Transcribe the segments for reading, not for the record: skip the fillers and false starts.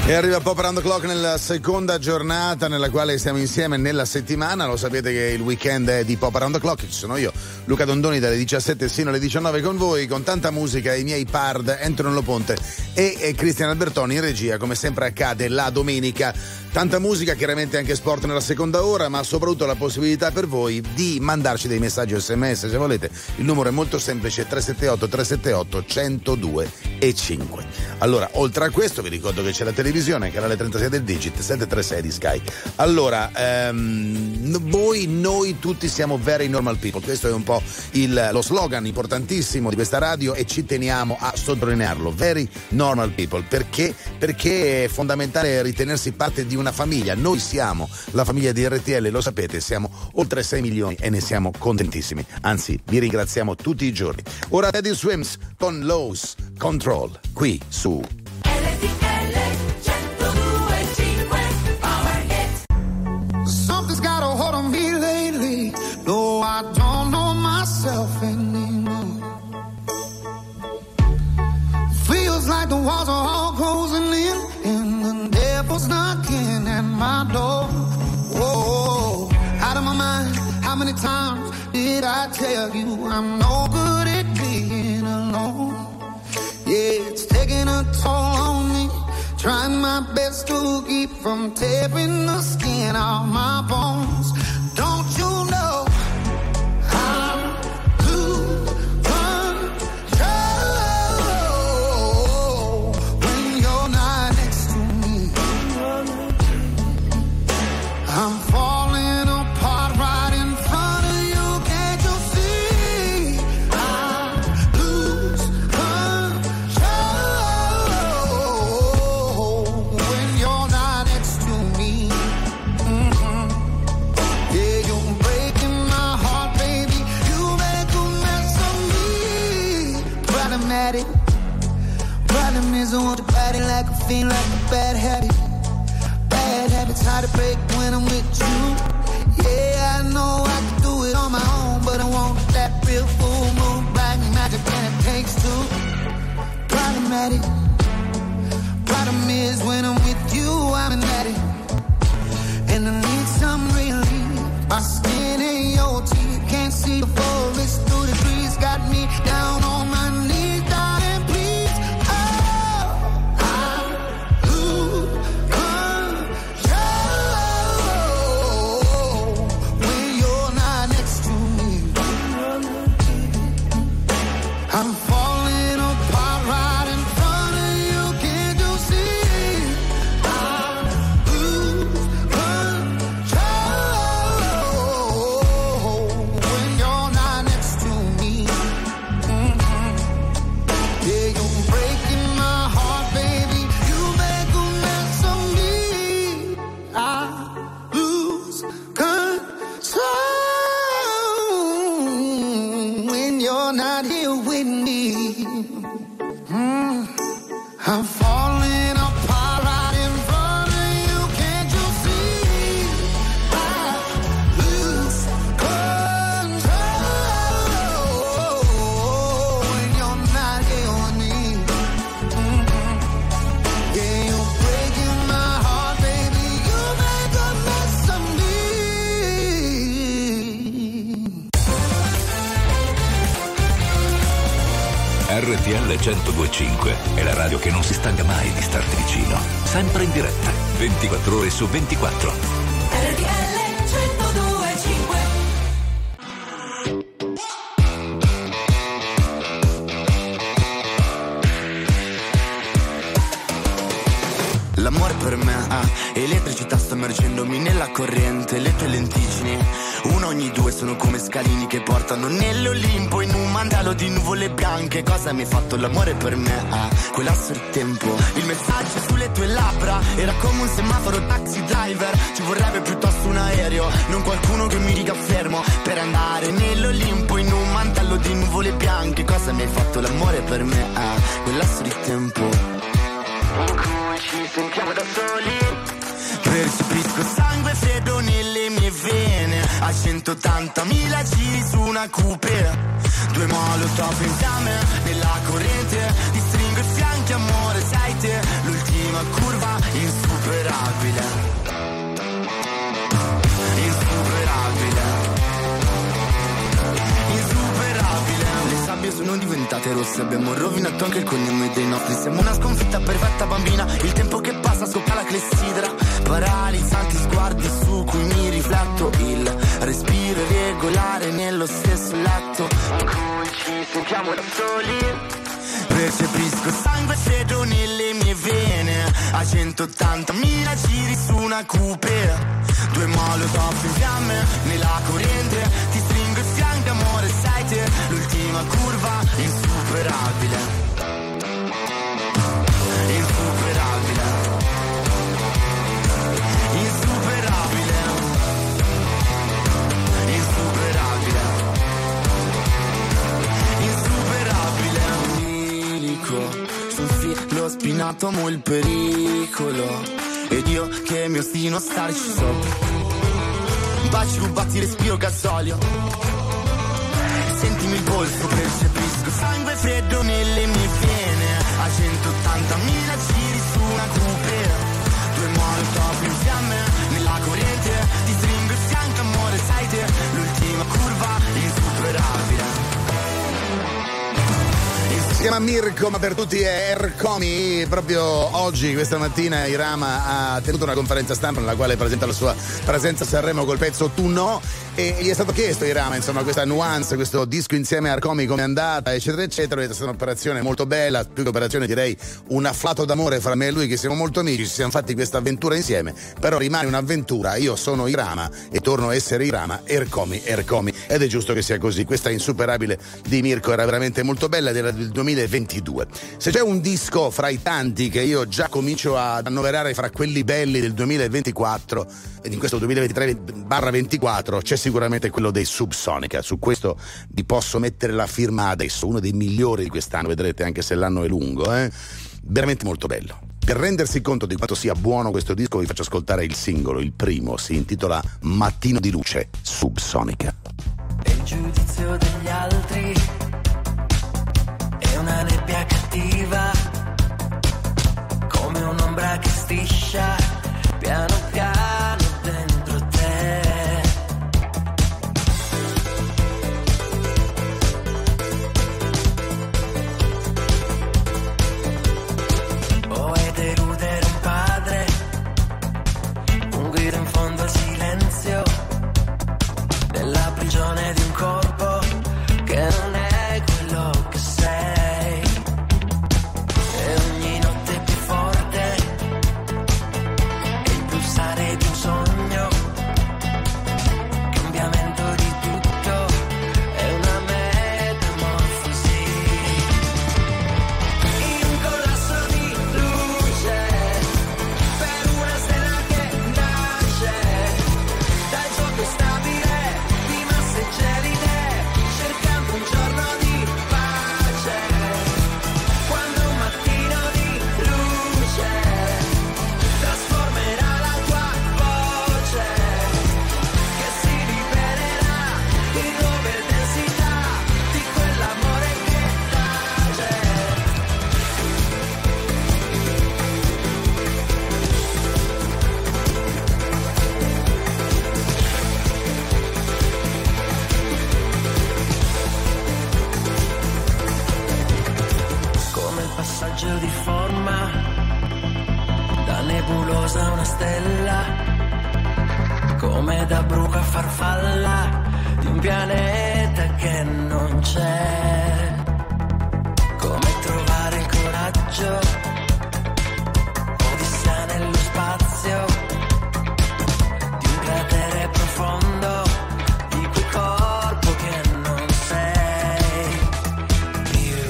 E arriva Pop Around the Clock nella seconda giornata nella quale stiamo insieme nella settimana. Lo sapete che il weekend è di Pop Around the Clock. Ci sono io, Luca Dondoni, dalle 17 sino alle 19 con voi, con tanta musica, i miei pard, Antonio Loponte e Cristian Albertoni in regia, come sempre accade la domenica. Tanta musica, chiaramente anche sport nella seconda ora, ma soprattutto la possibilità per voi di mandarci dei messaggi SMS se volete. Il numero è molto semplice, 378 378 102 e 5. Allora, oltre a questo vi ricordo che c'è la televisione, canale 36 del Digit, 736 di Sky. Allora, noi tutti siamo very normal people. Questo è un po' lo slogan importantissimo di questa radio e ci teniamo a sottolinearlo. Very normal people. Perché? Perché è fondamentale ritenersi parte di una famiglia. Noi siamo la famiglia di RTL, lo sapete, siamo oltre 6 milioni e ne siamo contentissimi. Anzi, vi ringraziamo tutti i giorni. Ora Teddy Swims con Lowe's Control, qui su Something's got a hold on me lately. No, I don't know myself anymore. Feels like the walls are all closing in and the devil's knocking at my door. Whoa, out of my mind. How many times did I tell you I'm no good at being alone? Yeah, it's taking a toll on me. Trying my best to keep from tearing the skin off my bones. Don't you know I'm lose control when you're not next to me? I'm falling apart right in front of you. Can't you see? I lose control when you're not next to me. Yeah, you're breaking my heart, baby. You make a mess of me. Problematic. Problem is I want to body like a fiend, like a bad habit. Bad habits hard to break when I'm with you. Yeah, I know I can do it on my own, but I want that real full moon, black magic, and it takes two. Problematic. Problem is when I'm with you, I'm an addict, and I need some relief. My skin and your teeth can't see the forest through the trees. Got me down on my knees, darling, please. Oh, I lose control when you're not next to me. I'm falling apart right in front of you. Can't you see? I lose control when you're not next to me. Yeah, you're breaking my heart, baby. You make a mess of me. I lose control when you're not here with me. I'm falling apart right in front of you. Can't you see? I lose control when you're not here with me. Yeah, you're breaking my heart, baby. You make a mess of me. RTL 102.5 è la radio che non si stanca mai di starti vicino, sempre in diretta, 24 ore su 24. RTL 102.5. L'amore per me elettricità sta immergendomi nella corrente. Le tue lentiggini, una ogni due, sono come scalini che portano nell'Olimpo in un mantello di nuvole bianche. Cosa mi hai fatto l'amore per me? Quell'asso il tempo, il messaggio sulle tue labbra era come un semaforo taxi driver. Ci vorrebbe piuttosto un aereo, non qualcuno che mi dica fermo, per andare nell'Olimpo in un mantello di nuvole bianche. Cosa mi hai fatto l'amore per me? Quell'asso di tempo in cui ci sentiamo da soli. Percepisco sangue freddo nelle mie vene, a 180.000 giri su una coupe. Due molotov in fiamme nella corrente, ti stringo i fianchi amore, sai te, l'ultima curva insuperabile, insuperabile, insuperabile. Le sabbie sono diventate rosse, abbiamo rovinato anche il cognome dei nostri. Siamo una sconfitta perfetta bambina, il tempo che passa scoppia la clessidra. Paralizzanti sguardi su cui mi rifletto, il respiro irregolare nello stesso letto in cui ci sentiamo da soli. Percepisco sangue freddo nelle mie vene, a 180.000 giri su una coupe. Due molotov in fiamme nella corrente, ti stringo i fianchi amore, sai te, l'ultima curva insuperabile, insuperabile, insuperabile, insuperabile, insuperabile. Lirico, sul filo spinato mo' il pericolo, ed io che mi ostino a starci sopra. Baci, rubati, respiro gasolio, sentimi il polso, percepisco sangue freddo nelle mie vene, a 180.000 giri su una coupe. Due molotov in fiamme nella corrente, ti stringo il fianco amore, sai te, l'ultima curva insuperabile. Si chiama Mirko, ma per tutti è Ercomi. Proprio oggi, questa mattina, Irama ha tenuto una conferenza stampa nella quale presenta la sua presenza a Sanremo col pezzo Tu No, e gli è stato chiesto Irama, insomma, questa nuance, questo disco insieme a Ercomi come è andata, eccetera eccetera. È stata un'operazione molto bella, più che operazione direi un afflato d'amore fra me e lui, che siamo molto amici, ci siamo fatti questa avventura insieme, però rimane un'avventura. Io sono Irama e torno a essere Irama, Ercomi, Ercomi, ed è giusto che sia così. Questa Insuperabile di Mirko era veramente molto bella ed era del 2022. Se c'è un disco fra i tanti che io già comincio ad annoverare fra quelli belli del 2024, ed in questo 2023/24 c'è sicuramente quello dei Subsonica. Su questo vi posso mettere la firma adesso, uno dei migliori di quest'anno, vedrete, anche se l'anno è lungo, veramente molto bello. Per rendersi conto di quanto sia buono questo disco vi faccio ascoltare il singolo, il primo, si intitola Mattino di luce, Subsonica. E il giudizio degli altri è una nebbia cattiva, come un'ombra che striscia piano piano dentro te. O è deludere un padre, un grido in fondo al silenzio, nella prigione di un corpo che non è quello che sei, e ogni notte più forte è il pulsare di un sogno, cambiamento di tutto, è una metamorfosi, in un collasso di luce, per una stella che nasce dal gioco stabile di masse gelide, cercando un giorno di pace, quando un mattino di luce trasformerà la tua voce, che si libererà in nuove densità di quell'amore che tace. Come il passaggio di forma da nebulosa a una stella, come da bruco a farfalla di un pianeta che non c'è, come trovare il coraggio, odissea nello spazio di un cratere profondo, di quel corpo che non sei più.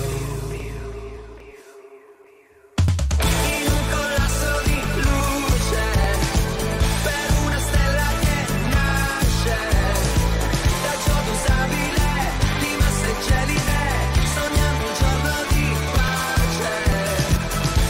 In un collasso di luce, per una stella che nasce dal gioco stabile di masse gelide, sognando un giorno di pace,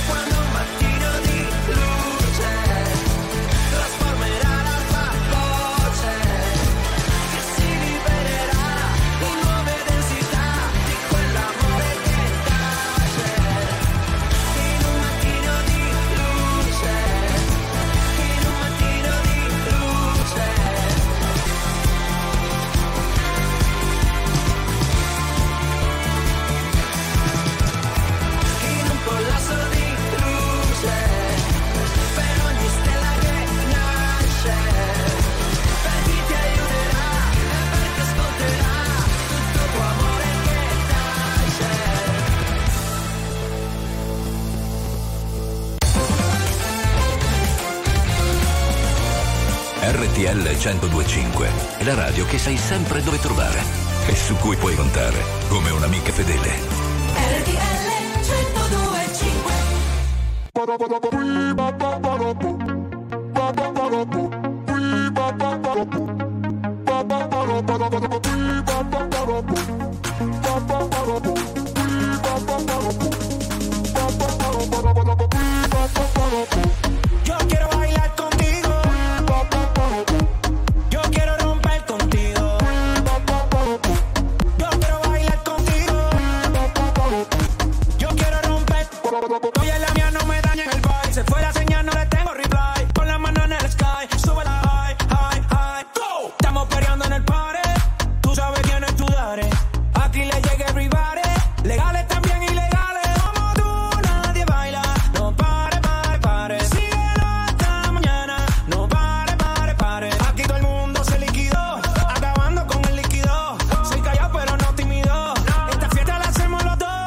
RTL 102.5 è la radio che sai sempre dove trovare e su cui puoi contare come un'amica fedele. RTL 102.5. Yo quiero bailar contigo. Yo quiero romper contigo. Yo quiero bailar contigo. Yo quiero romper. Oye, la mía no me daña el vibe. Se fue la señal, no le tengo reply. Con la mano en el sky, sube la high, high, high. Go. Estamos peleando en el party. Tú sabes quién es tu daddy. Aquí le llega everybody. Legales también ilegales. Como tú nadie baila. No pare, pare, pare. Síguelo hasta mañana. No pare, pare, pare. Aquí todo el mundo se liquidó. Acabando con el líquido. Soy callado pero no tímido. Esta fiesta la hacemos los dos.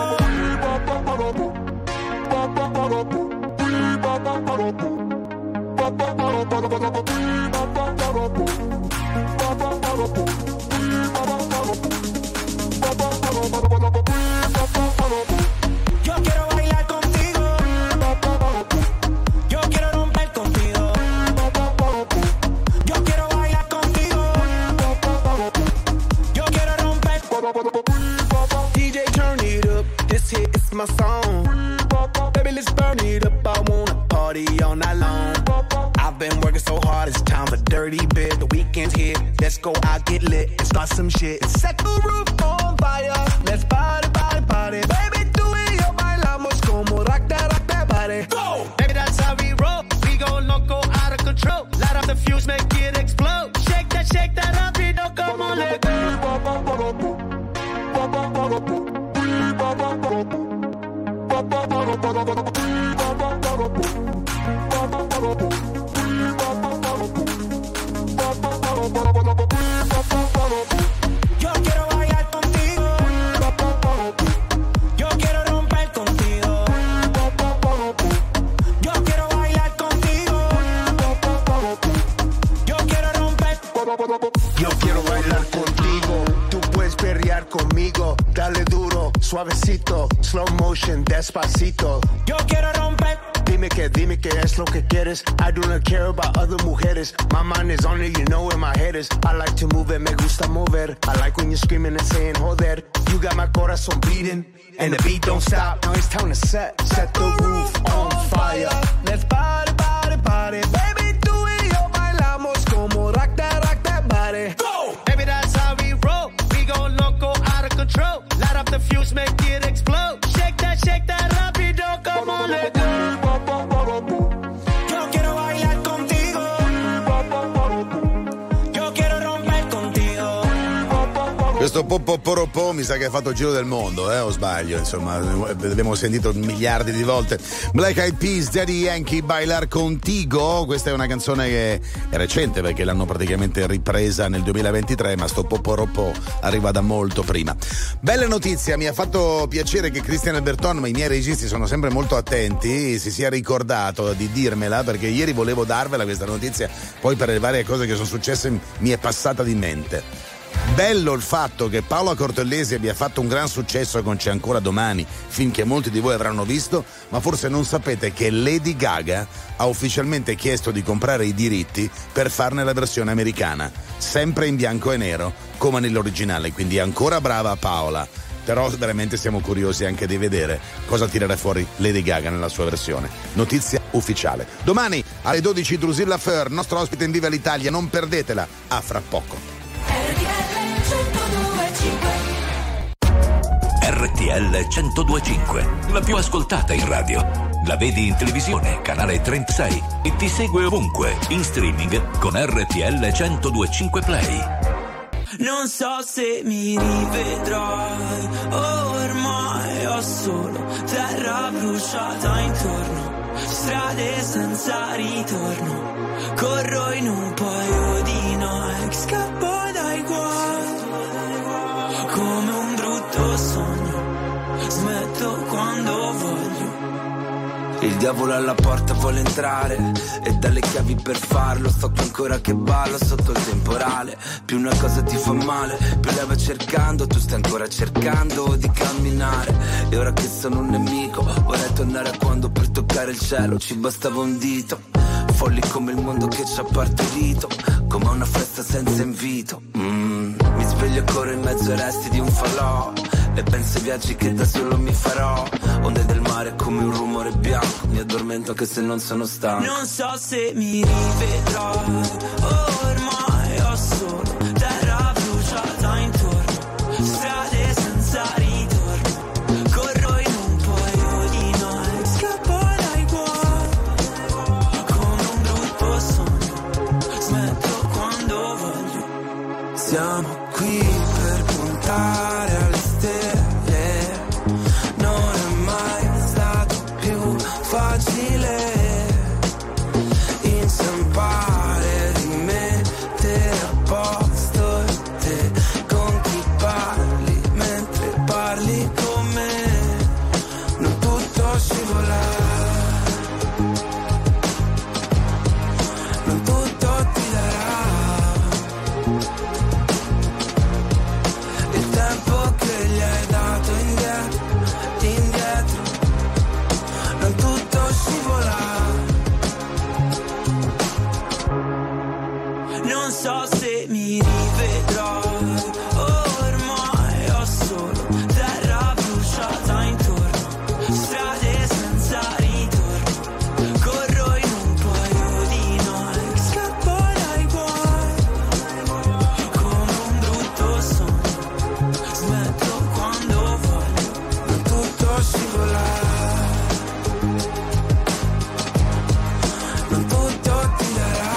Yo quiero bailar contigo. Yo quiero romper contigo. Yo quiero bailar contigo. Yo quiero romper. DJ, turn it up. This hit is my song. Baby, let's burn it up. I wanna party all night long. I've been working so hard, it's time for dirty bit. The weekend's here, let's go out, get lit, and start some shit. Set the roof on fire, let's party, party, party. Baby, tú y yo bailamos como rock that body. Go! Baby, that's how we roll. We go loco, out of control. Light up the fuse, make it explode. Shake that rapido, come on, let go. Yo quiero bailar contigo. Yo quiero romper contigo. Yo quiero bailar contigo. Yo quiero romper. Yo quiero bailar contigo. Tú puedes perrear conmigo. Dale duro, suavecito, slow motion, despacito. Yo quiero romper. Dime que es lo que quieres. I do not care about other mujeres. My mind is on it, you know where my head is. I like to move it, me gusta mover. I like when you're screaming and saying, joder. You got my corazón beating, and the beat don't stop. Now it's time to set the roof on fire. Let's party, party, party. Baby, tú y yo bailamos como rock that body. Go! Baby, that's how we roll. We go loco, out of control. Light up the fuse, make it explode. Shake that rapido, come on, let go. Yo quiero bailar contigo. Yo quiero romper contigo. Questo po' mi sa che ha fatto il giro del mondo, o sbaglio? Insomma, l'abbiamo sentito miliardi di volte. Black Eyed Peas, Daddy Yankee, Bailar Contigo. Questa è una canzone che è recente perché l'hanno praticamente ripresa nel 2023, ma sto po' arriva da molto prima. Bella notizia, mi ha fatto piacere che Christian Alberton, ma i miei registi sono sempre molto attenti, si sia ricordato di dirmela, perché ieri volevo darvela questa notizia, poi per le varie cose che sono successe mi è passata di mente. Bello il fatto che Paola Cortellesi abbia fatto un gran successo con C'è ancora domani, film che molti di voi avranno visto, ma forse non sapete che Lady Gaga ha ufficialmente chiesto di comprare i diritti per farne la versione americana, sempre in bianco e nero come nell'originale, quindi ancora brava Paola. Però veramente siamo curiosi anche di vedere cosa tirerà fuori Lady Gaga nella sua versione. Notizia ufficiale. Domani alle 12 Drusilla Fer, nostro ospite in Viva l'Italia, non perdetela, a fra poco. RTL 102.5, la più ascoltata in radio. La vedi in televisione, canale 36, e ti segue ovunque, in streaming con RTL 102.5 Play. Non so se mi rivedrai, ormai ho solo terra bruciata intorno, strade senza ritorno, corro in un paio di Nike, scappo dai guai, come un brutto sogno, smetto quando voglio. Il diavolo alla porta vuole entrare e dalle chiavi per farlo. Sto qui ancora che ballo sotto il temporale. Più una cosa ti fa male, più lei va cercando. Tu stai ancora cercando di camminare. E ora che sono un nemico vorrei tornare a quando per toccare il cielo ci bastava un dito. Folli come il mondo che ci ha partorito, come una festa senza invito. Mi sveglio ancora in mezzo ai resti di un falò e penso ai viaggi che da solo mi farò. Onde del mare come un rumore bianco, mi addormento anche se non sono stanco. Non so se mi rivedrai, ormai ho solo terra bruciata intorno, strade senza ritorno, corro in un paio di noi, scappo dai guai, come un brutto sogno, smetto quando voglio. Siamo qui per puntare alle stelle, non è mai stato più facile inciampare, rimettere a posto te con chi parli mentre parli con me. Non tutto scivola, non tutto ti darà il tempo che gli hai dato indietro, indietro. Non tutto scivola. Non so se mi rivedrai, ormai ho solo terra bruciata intorno, strade senza ritorno, corro in un paio di noi, scappo dai guai, come un brutto sogno, smetto quando voglio. Non tutto scivola, non tutto ti darà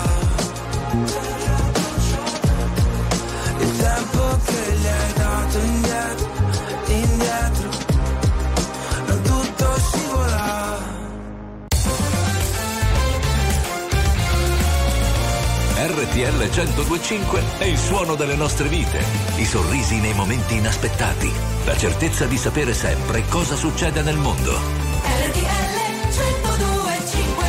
il tempo che gli hai dato indietro, indietro. Non tutto scivola. RTL 102.5 è il suono delle nostre vite, i sorrisi nei momenti inaspettati, la certezza di sapere sempre cosa succede nel mondo. RTL 102.5.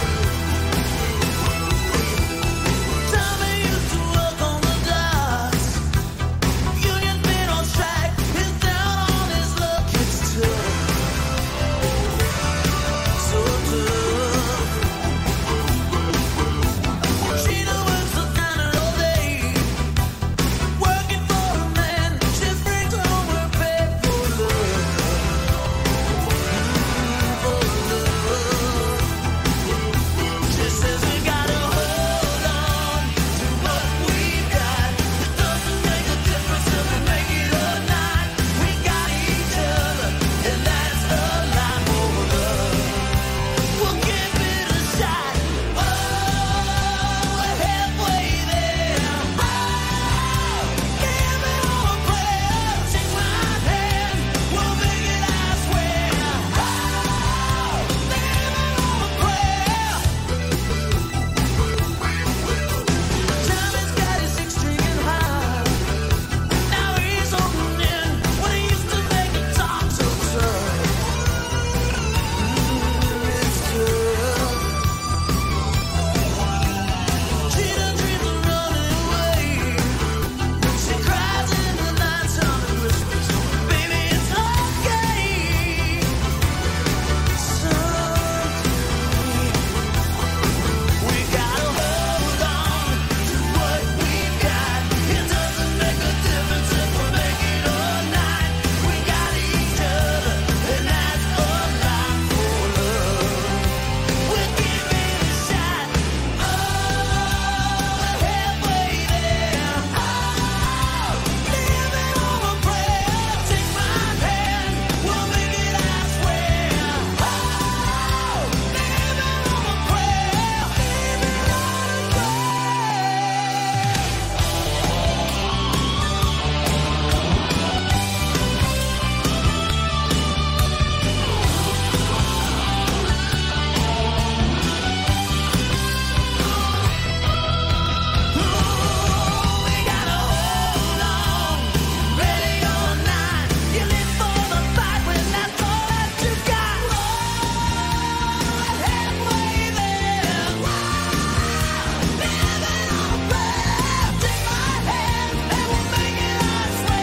Tell me you to work on the docks.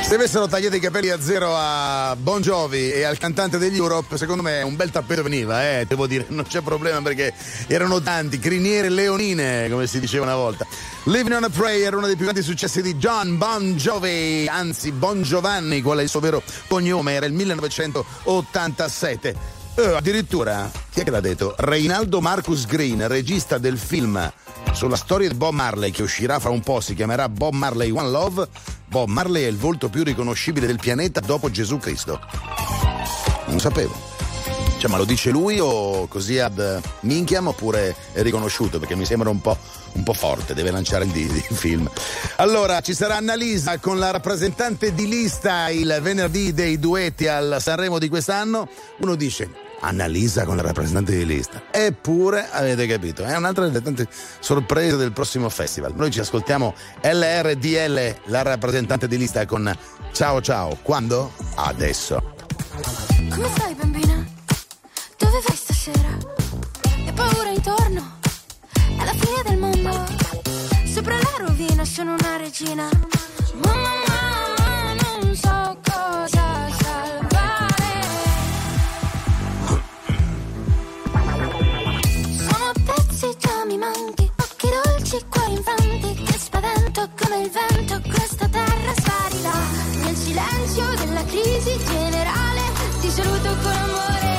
Se avessero tagliato i capelli a zero a Bon Jovi e al cantante degli Europe, secondo me un bel tappeto veniva, devo dire, non c'è problema perché erano tanti, criniere leonine, come si diceva una volta. Living on a Prayer, uno dei più grandi successi di John Bon Jovi, anzi Bon Giovanni, qual è il suo vero cognome, era il 1987. Addirittura, chi è che l'ha detto? Reinaldo Marcus Green, regista del film sulla storia di Bob Marley che uscirà fra un po', si chiamerà Bob Marley One Love. Bob Marley è il volto più riconoscibile del pianeta dopo Gesù Cristo. Non sapevo. Cioè, ma lo dice lui o così ad minchiam oppure è riconosciuto? Perché mi sembra un po' forte, deve lanciare il film. Allora, ci sarà Annalisa con la rappresentante di lista il venerdì dei duetti al Sanremo di quest'anno. Uno dice Annalisa con la rappresentante di lista. Eppure, avete capito, è un'altra delle tante sorprese del prossimo festival. Noi ci ascoltiamo LRDL, la rappresentante di lista con Ciao Ciao. Quando? Adesso. Come stai, bambina? Dove vai stasera? Hai paura intorno? È la fine del mondo. Sopra la rovina sono una regina. Mamma, non so cosa salvare. Sono pezzi, già mi manchi. Occhi dolci, cuori infranti. Che spavento come il vento. Questa terra sparirà. Nel silenzio della crisi generale. Ti saluto con amore.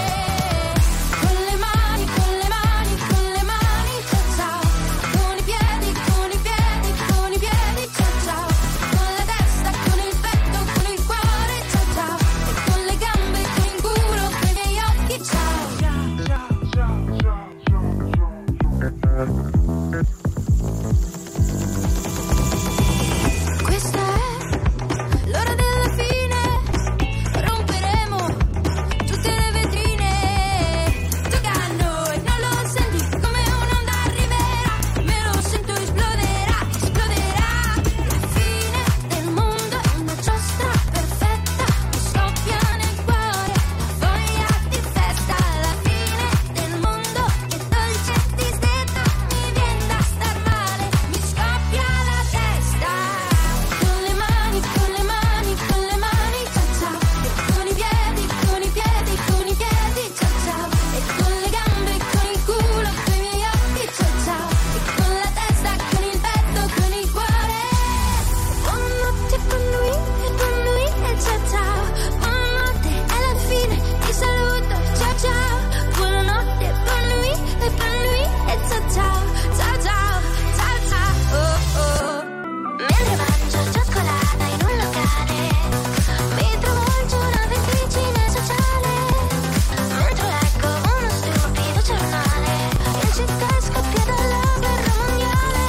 Questa è l'ora della fine, romperemo tutte le vetrine, tocca a noi, non lo senti come un'onda arriverà, me lo sento esploderà, esploderà, la fine del mondo è una giostra perfetta, mi scoppia nel cuore, la voglia di festa, la fine del mondo è dolce e disdetta, mi viene da star male, mi scoppia la testa, con le mani, con le mani, con le mani, ciao ciao, e con i piedi, con i piedi, con i piedi, ciao ciao, e con le gambe, con il culo, con i miei occhi, ciao ciao, e con la testa, con il petto, con il cuore. Buonanotte, buon lui, e ciao ciao, buonanotte, è la fine, ti saluto, ciao ciao, buonanotte, buon lui, e ciao ciao, ciao ciao, ciao ciao, oh oh. Mentre mangio cioccolata in un locale, mi trovo in una vertigine sociale, mentre leggo uno stupido giornale, in città scoppiata la guerra mondiale.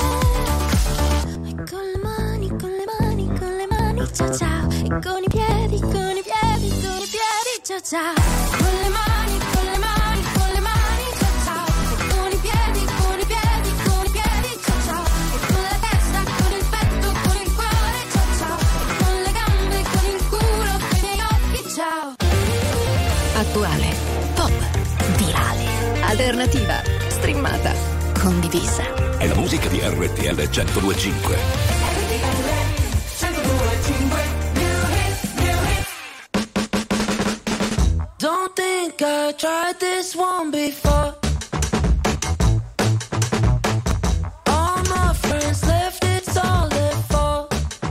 E con le mani, con le mani, con le mani, ciao ciao, e con i piedi, con i piedi, con i piedi, ciao ciao, con le mani, con le mani, con le mani, ciao ciao, e con i piedi, con i piedi, con i piedi, ciao ciao, e con la testa, con il petto, con il cuore, ciao ciao, e con le gambe, con il culo, con i miei occhi, ciao. Attuale, pop, virale, alternativa, streamata, condivisa. È la musica di RTL 102.5. Don't think I tried this one before. All my friends left, it's all their fault.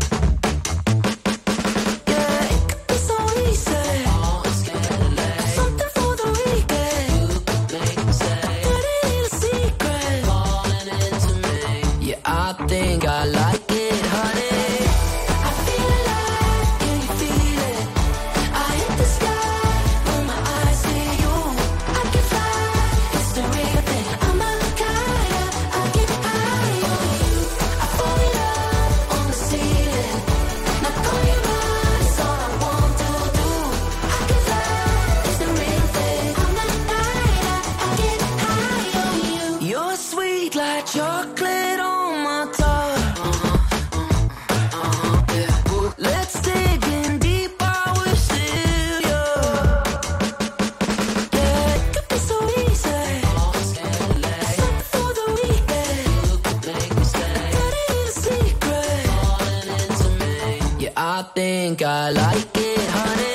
Yeah, it could be so easy. Something for the weekend. Dirty little secret. Yeah, I think I like it, honey. I feel alive, can you feel it? I hit the sky when my eyes see you. I can fly, think I like it, honey.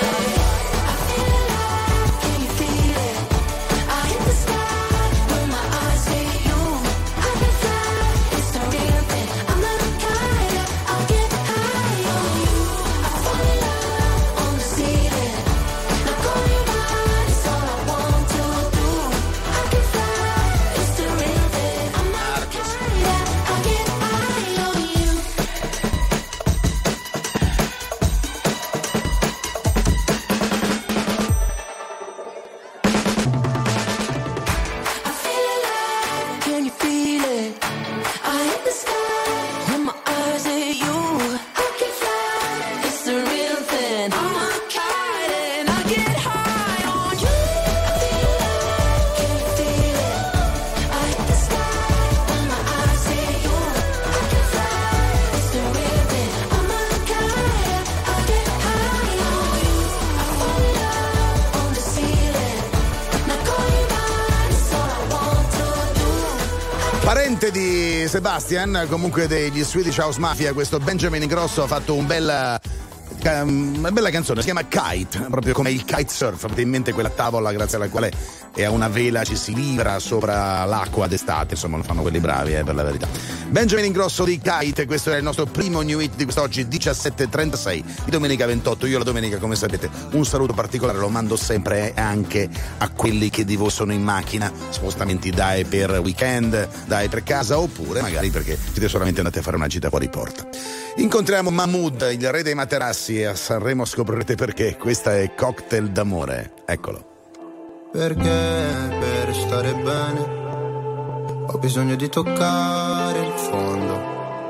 Di Sebastian, comunque degli Swedish House Mafia, questo Benjamin Ingrosso ha fatto una bella canzone, si chiama Kite, proprio come il kitesurf. Avete in mente quella tavola grazie alla quale è a una vela ci si libra sopra l'acqua d'estate, insomma lo fanno quelli bravi, per la verità. Benjamin Ingrosso di Kite, questo è il nostro primo new hit di quest'oggi, 17:36 di domenica 28. Io la domenica, come sapete, un saluto particolare lo mando sempre anche a quelli che di voi sono in macchina, spostamenti dai per weekend, dai per casa, oppure magari perché siete solamente andati a fare una gita fuori porta. Incontriamo Mahmood, il re dei materassi, e a Sanremo scoprirete perché. Questa è Cocktail d'amore, eccolo. Perché per stare bene ho bisogno di toccare il fondo.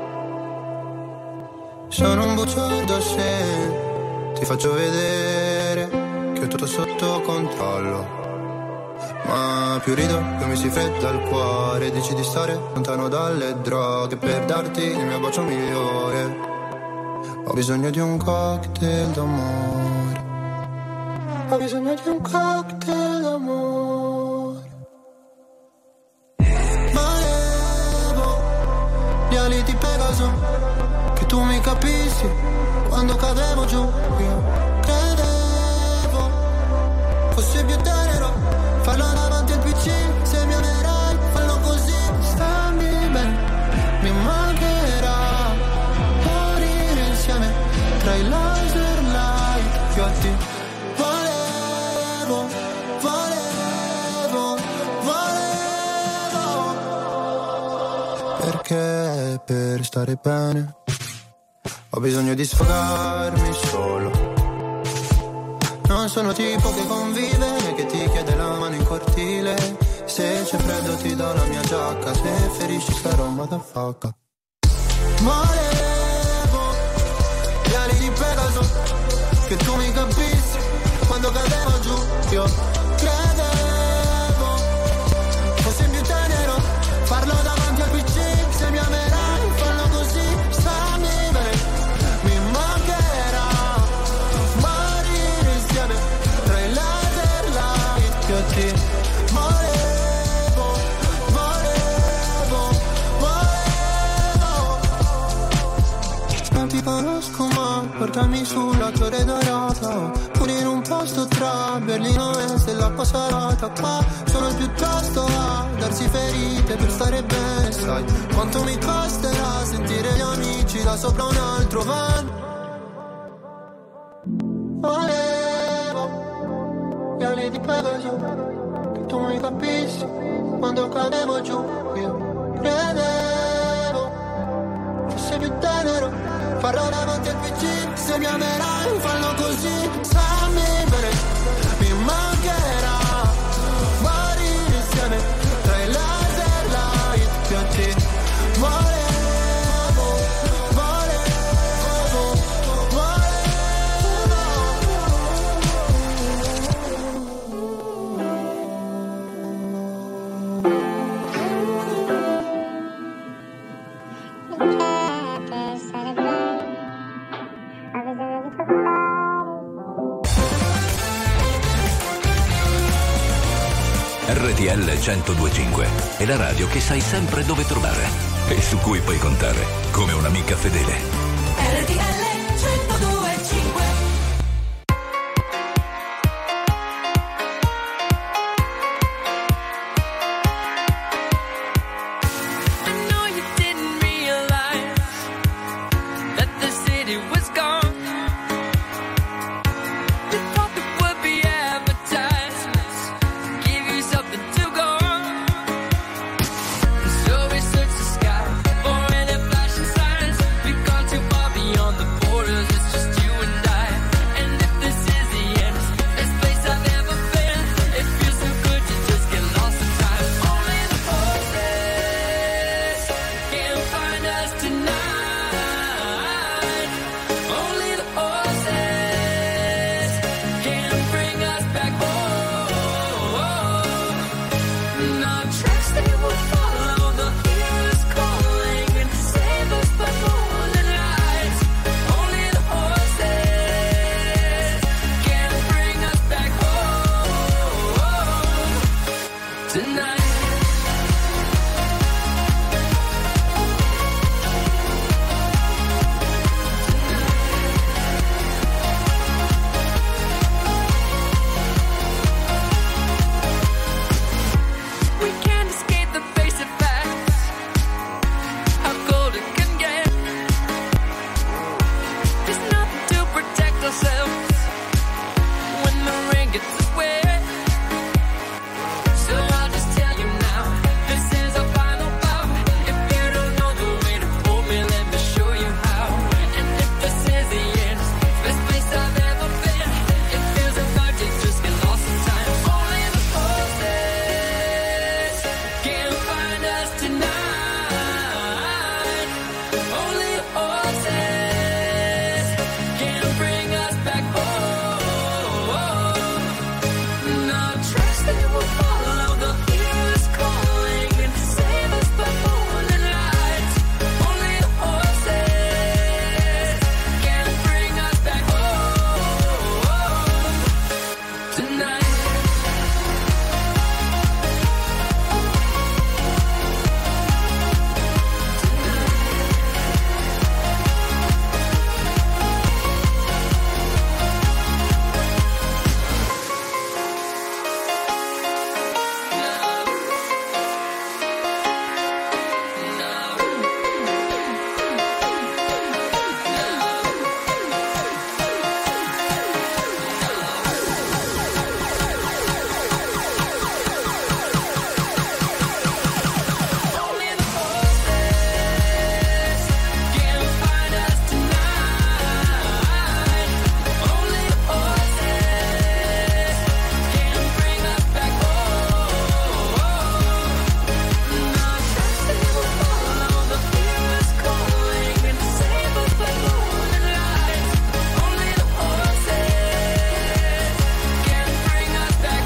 Sono un bugiardo se ti faccio vedere che ho tutto sotto controllo. Ma più rido, più mi si fredda il cuore. Dici di stare lontano dalle droghe per darti il mio bacio migliore. Ho bisogno di un cocktail d'amore. Ho bisogno di un cocktail d'amore. Volevo gli ali di Pegaso, che tu mi capissi quando cadevo giù. Io credevo fossi più tenero, farlo davanti al PC. Se mi amerai, fallo così. Stammi bene, mi mancherà morire insieme tra i laser light. Io a te perché per stare bene ho bisogno di sfogarmi solo. Non sono tipo che convive né che ti chiede la mano in cortile. Se c'è freddo ti do la mia giacca, se ferisci sarò motherfucker. Volevo gli ali di Pegaso, che tu mi capissi quando cadevo giù. Io credevo fossi più tenero, farlo davanti al PC. Se mi amerai, fallo così. Stammi bene, mi mancherà morire insieme tra i laser light. Che ti non ti conosco ma portami sulla torre dorata, pure in un posto tra Berlino e Stella Passarata. Qua sono piuttosto a darsi ferite per stare bene. Sai quanto mi costerà sentire gli amici da sopra un altro van. Volevo gli ali di Pegaso, che tu mi capissi quando cadevo giù. Io credevo fossi più tenero, farò davanti al PC. Se mi amerai, fallo così. Stammi bene, mi mancherà morire insieme tra i laser light. Più a te volevo, volevo, RTL 102.5 è la radio che sai sempre dove trovare e su cui puoi contare come un'amica fedele. RTL 102.5. tonight. We can't escape the basic facts, how cold it can get. There's nothing to protect ourselves when the rain gets us wet. So I'll just tell you now, this is a final bow. If you don't know the way to hold me, let me show you how. And if this is the end, best place I've ever been. It feels like you just get lost in time. Only the horses can find us tonight. Only the horses can bring us back home. Now trust they will follow the hero's calling and save us by morning light. Only the horses can bring us back home tonight. Only the horses can find us tonight. Only the horses can bring us back home. Now trust they will follow the hero's calling and save us by morning light. Only the horses can bring us back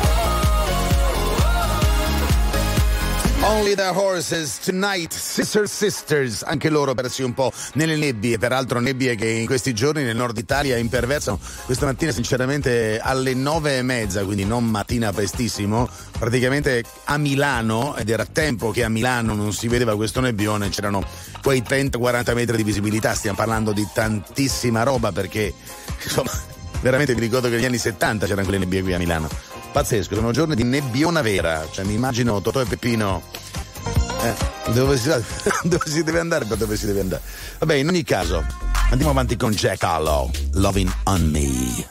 home. Only the Horses Tonight, Sisters, anche loro persi un po' nelle nebbie, peraltro nebbie che in questi giorni nel nord Italia imperversano. Questa mattina sinceramente alle 9:30, quindi non mattina prestissimo, praticamente a Milano, ed era tempo che a Milano non si vedeva questo nebbione, c'erano quei 30-40 metri di visibilità, stiamo parlando di tantissima roba perché insomma veramente vi ricordo che negli anni 70 c'erano quelle nebbie qui a Milano. Pazzesco, sono giorni di nebbiona vera, cioè mi immagino Totò e Peppino. Dove si deve andare per dove si deve andare. Vabbè, in ogni caso, andiamo avanti con Jack Harlow, Loving on Me.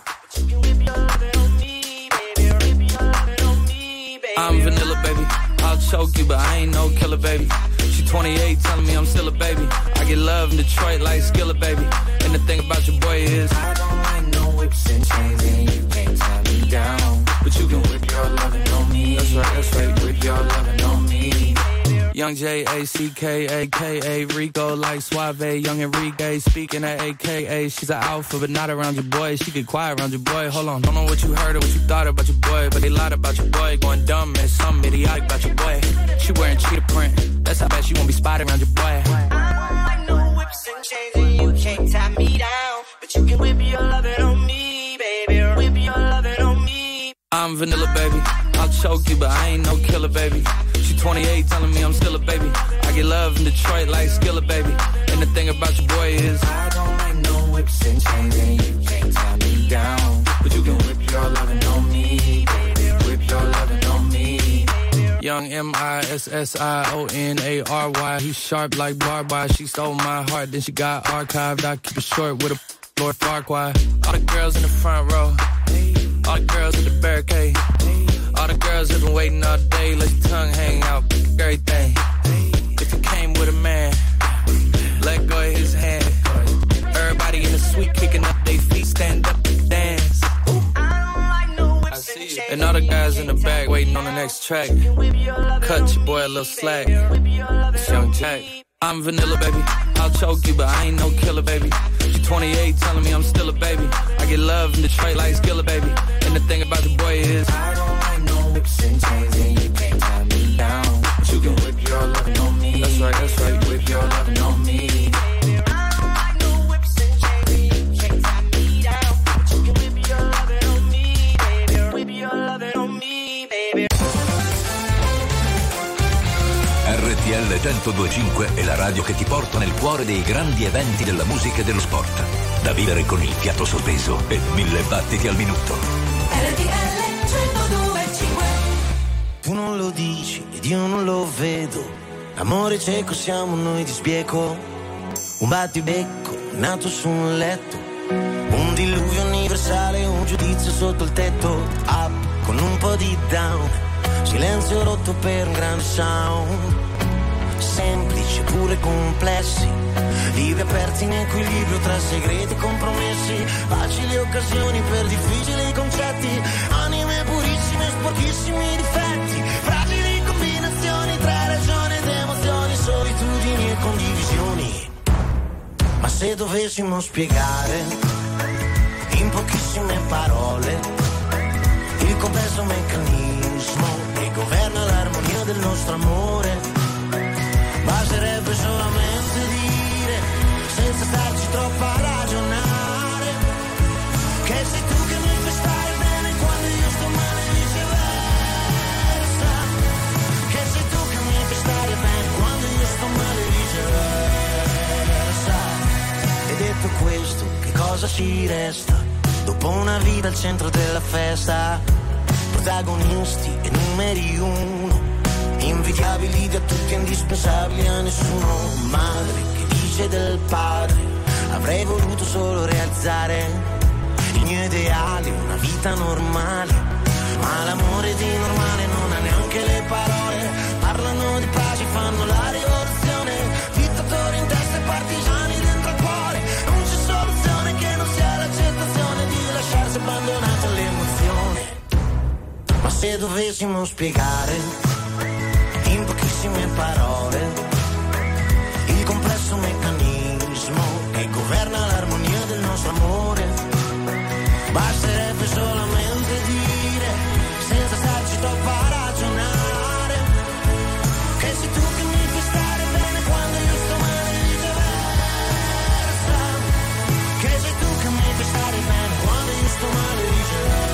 I'm vanilla, baby. I'll choke you, but I ain't no killer, baby. She 28, telling me I'm still a baby. I get love in Detroit like Skillet, baby. And the thing about your boy is I don't like no whips and chains, and you can't tie me down. But you can whip your lovin' on me. That's right, whip your lovin' on me. Young J-A-C-K-A-K-A, Rico like Suave, Young Enrique, speaking at AKA. She's an alpha, but not around your boy. She get quiet around your boy. Hold on, don't know what you heard or what you thought about your boy, but they lied about your boy. Going dumb and some idiotic about your boy. She wearing cheetah print, that's how bad she won't be spotted around your boy. I know whips and chains and you can't tie me down, but you can whip your lovin' on me, baby. Whip your lovin' on me. I'm vanilla, baby. I'll choke you, but I ain't no killer, baby. She 28, telling me I'm still a baby. I get love in Detroit like Skillet, baby. And the thing about your boy is I don't like no whips and chains, and you can't tie me down. But you can whip your lovin' on me, baby. Whip your lovin' on me. Young M-I-S-S-I-O-N-A-R-Y. He's sharp like barbed wire. She stole my heart, then she got archived. I keep it short with a Lord Farquhar. All the girls in the front row, all the girls at the barricade, all the girls have been waiting all day. Let your tongue hang out, everything. If you came with a man, let go of his hand. Everybody in the suite kicking up their feet, stand up and dance. I see you. And all the guys in the back waiting on the next track. Cut your boy a little slack. It's Young Jack. I'm vanilla, baby. I'll choke you, but I ain't no killer, baby. She 28, telling me I'm still a baby. I get love in Detroit like Skillet, baby. And the thing about the boy is I don't like no whips and chains, and you can't tie me down. But you can whip your lovin' on me. That's right, whip your lovin' on me. RTL 102.5 è la radio che ti porta nel cuore dei grandi eventi della musica e dello sport. Da vivere con il fiato sospeso e 1000 battiti al minuto. RTL 102.5. Tu non lo dici ed io non lo vedo. Amore cieco siamo noi di sbieco. Un battibecco nato su un letto. Un diluvio universale, un giudizio sotto il tetto. Up con un po' di down. Silenzio rotto per un grande sound. Semplici pure complessi. Libri aperti in equilibrio tra segreti e compromessi. Facili occasioni per difficili concetti. Anime purissime, sporchissimi difetti. Fragili combinazioni tra ragione ed emozioni. Solitudini e condivisioni. Ma se dovessimo spiegare in pochissime parole il complesso meccanismo che governa l'armonia del nostro amore, basterebbe solamente dire, senza starci troppo a ragionare, che sei tu che mi fai stare bene quando io sto male e viceversa, che sei tu che mi fai stare bene quando io sto male e viceversa. E detto questo, che cosa ci resta dopo una vita al centro della festa? Protagonisti e numeri uno, invidiabili da tutti, indispensabili a nessuno. Madre che dice del padre, avrei voluto solo realizzare i miei ideali, una vita normale, ma l'amore di normale non ha neanche le parole. Parlano di pace, fanno la rivoluzione, dittatori in testa e partigiani dentro il cuore. Non c'è soluzione che non sia l'accettazione di lasciarsi abbandonato all'emozione. Ma se dovessimo spiegare in pochissime parole il complesso meccanismo che governa l'armonia del nostro amore, basterebbe solamente dire, senza starci troppo a ragionare, che sei tu che mi fai stare bene quando io sto male e viceversa, che sei tu che mi fai stare bene quando io sto male e viceversa.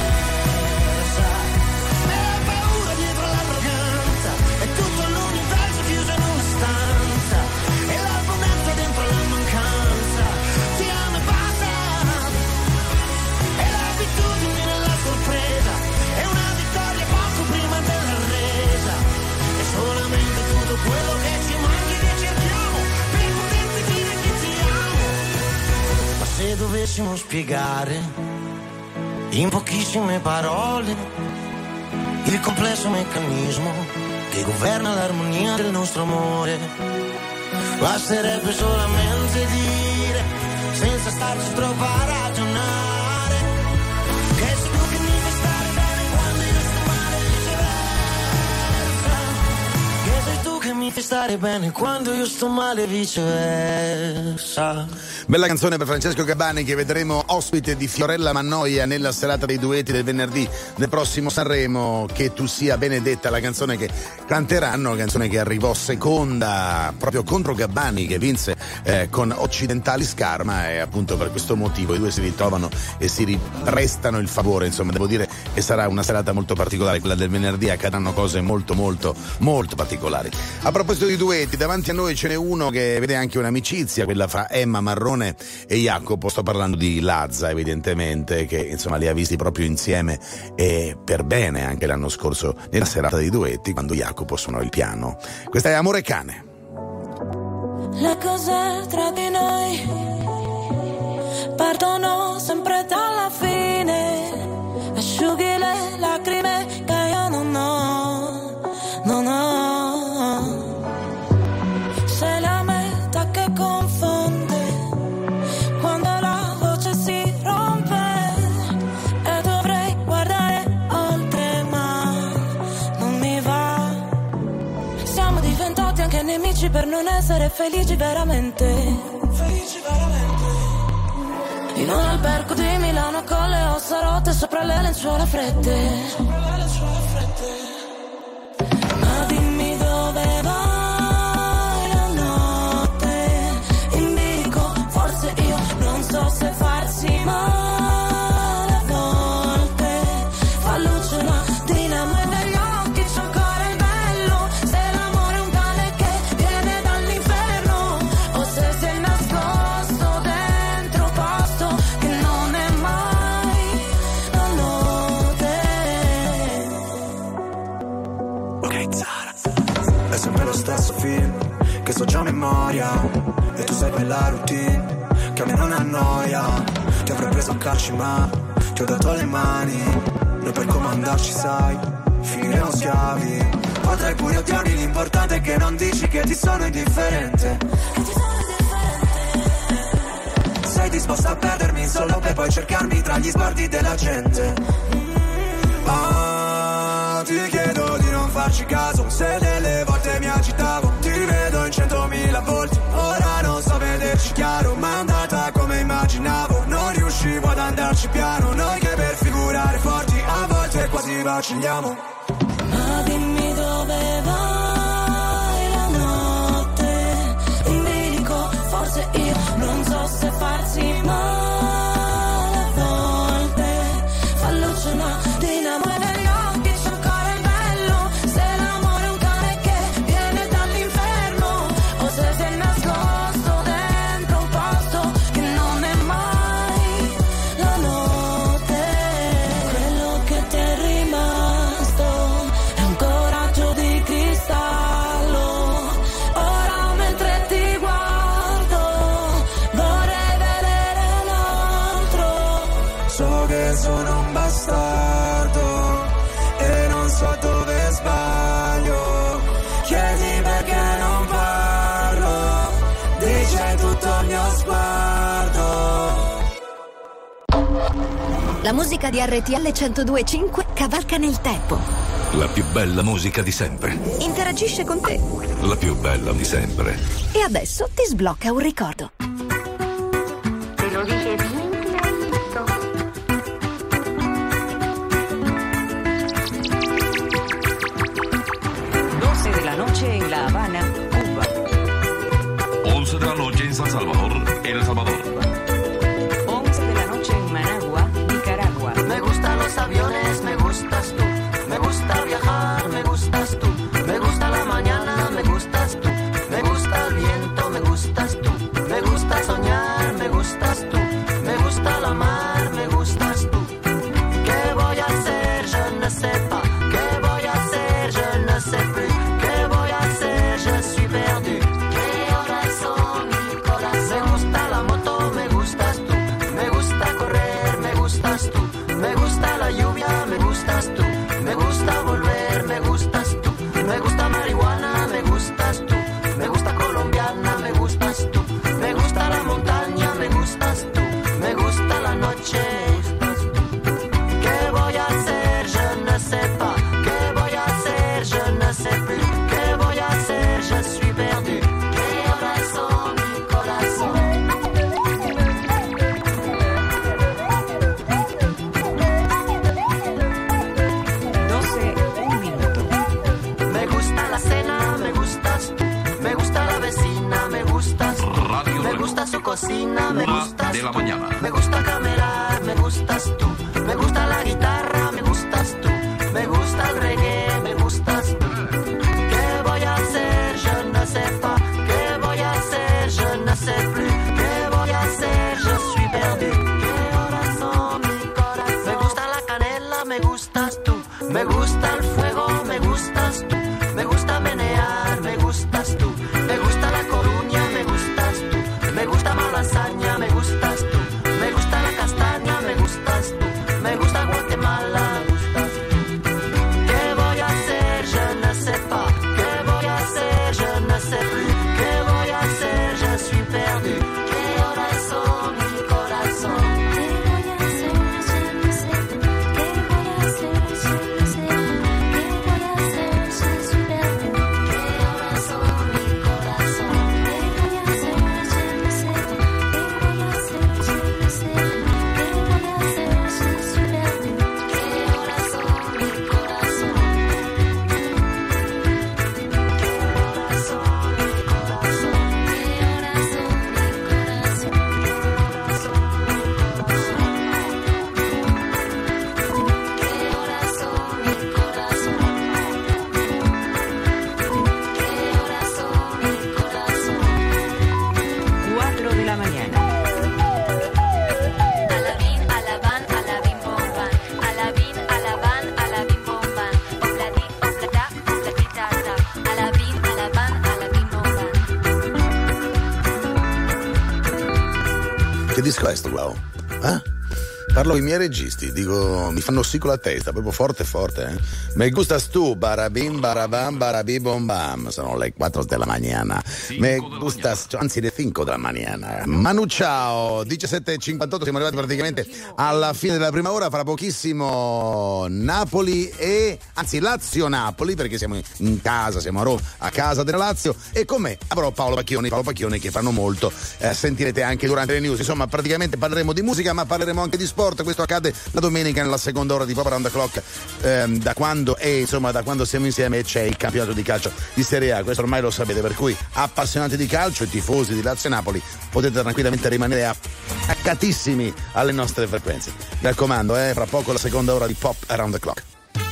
Quello che ci manca e che cerchiamo per poterti dire che ti amo. Ma se dovessimo spiegare in pochissime parole il complesso meccanismo che governa l'armonia del nostro amore, basterebbe solamente dire, senza starci troppo a ragionare, che sei tu che mi fai stare bene quando io sto male e viceversa, che sei tu che mi fai stare bene quando io sto male e viceversa. Bella canzone per Francesco Gabbani, che vedremo ospite di Fiorella Mannoia nella serata dei duetti del venerdì del prossimo Sanremo. Che tu sia benedetta, la canzone che canteranno, canzone che arrivò seconda proprio contro Gabbani, che vinse con Occidentali Scarma, e appunto per questo motivo i due si ritrovano e si restano il favore. Insomma, devo dire che sarà una serata molto particolare, quella del venerdì, accadranno cose molto molto molto particolari. A proposito di duetti, davanti a noi ce n'è uno che vede anche un'amicizia, quella fra Emma Marrone e Jacopo. Sto parlando di Lazza, evidentemente, che insomma li ha visti proprio insieme e per bene anche l'anno scorso nella serata dei duetti, quando Jacopo suonò il piano. Questa è Amore Cane. Le cose tra di noi partono sempre dalla fine, asciughi le lacrime che io non ho, non ho. Sei la meta che confonde quando la voce si rompe, e dovrei guardare oltre ma non mi va. Siamo diventati anche nemici per non essere felici veramente. Felici veramente. In un albergo di Milano con le ossa rotte sopra le lenzuola fredde. Ma dimmi dove vai la notte in bilico, forse io non so se farsi male a volte. Fa luce una dinamo e negli occhi c'è ancora il bello. Se l'amore è un cane che Ok, Zara. È sempre lo stesso film che so già a memoria, e tu sai quella routine che a me non annoia. Ti avrei preso a calci ma ti ho dato le mani. Noi per comandarci sai, finiremo schiavi. Potrai pure odiarmi, l'importante è che non dici che ti sono indifferente. Sei disposta a perdermi solo per poi cercarmi tra gli sguardi della gente. Ti chiedo di non farci caso, se delle volte mi agitavo. Ti vedo in 100.000 volti, ora non so vederci chiaro. Ma è andata come immaginavo, non riuscivo ad andarci piano. Noi che per figurare forti a volte quasi vacilliamo. Ma dimmi dove vai la notte, in bilico forse io non so se farsi male a volte. Fallo cenare di amore negli occhi, c'è ancora il bello. Se l'amore è un cane che viene dall'inferno, o se sei nascosto dentro un posto che non è mai la notte. Quello che ti è rimasto è un coraggio di cristallo. Ora mentre ti guardo vorrei vedere l'altro. So che sono un bastardo e non so dove sbaglio. Chiedi perché non parlo, dice tutto il mio sguardo. La musica di RTL 102.5 cavalca nel tempo. La più bella musica di sempre. Interagisce con te. La più bella di sempre. E adesso ti sblocca un ricordo. Te lo dije bien clarito. 12 de la noche en La Habana, Cuba. 11 de la noche en San Salvador, El Salvador. 11 de la noche en Managua, Nicaragua. Me gustan los aviones, me gustas tú. Me gusta viajar, me gustas tú. Me gusta la mañana, me gustas tú. Me gusta el viento, me gustas tú. Me gusta soñar, me gustas tú. Me gusta la mar, me gustas tú. ¿Qué voy a hacer? Je ne sais pas. ¿Qué voy a hacer? Je ne sais plus. ¿Qué voy a hacer? Je suis perdu. ¿Qué horas son? Mi corazón. Me gusta la moto, me gustas tú. Me gusta correr, me gustas tú. Me gusta la lluvia, me gustas tú. Me gusta volver, me gustas tú. Me gusta marihuana, me gustas tú. Me gusta colombiana, me gustas tú. Me gusta la montaña, me gustas tú. Me gusta la noche. ¿Qué voy a hacer? Je ne sais pas. ¿Qué voy a hacer? Je ne sais plus. ¿Qué voy a hacer? Je suis perdu. ¿Qué horas son? Mi corazón. 12, un minuto. Me gusta la cena, me gustas tú. Me gusta la vecina, me gustas tú. Radio Me gusta su cocina, me Una gustas de la tú. mañana. Me gusta camelar, me gustas tú. Me gusta la guitarra, me gustas tú. Me gusta el reggae, me gustas tú. ¿Qué voy a hacer? Je ne sais pas. ¿Qué voy a hacer? Je ne sais plus. ¿Qué voy a hacer? Je suis perdu. ¿Qué horas son? Mi corazón. Me gusta la canela, me gustas tú. Me gusta el fuego, me gustas tú. Me gusta menear, me gustas tú. Me gusta la coruña, me gustas tú. Me gusta malasaña, me gustas tú. Me gusta la castaña, me gustas tú. che disco è sto qua? Parlo con i miei registi, dico, mi fanno sì con la testa, proprio forte forte, Me gustas tu, barabim, barabam, barabibom bam. Sono le 4 della mañana. Me gustas, anzi le 5 della mañana. Manu ciao, 17:58, siamo arrivati praticamente alla fine della prima ora, fra pochissimo Napoli Lazio-Napoli, perché siamo in casa, siamo a Roma, a casa della Lazio, e con me avrò Paolo Pacchioni che fanno molto, sentirete anche durante le news. Insomma, praticamente parleremo di musica, ma parleremo anche di sport. Questo accade la domenica nella seconda ora di Pop Around the Clock, da quando siamo insieme e c'è il campionato di calcio di Serie A. Questo ormai lo sapete, per cui appassionati di calcio e tifosi di Lazio e Napoli potete tranquillamente rimanere attaccatissimi alle nostre frequenze. Mi raccomando, fra poco la seconda ora di Pop Around the Clock.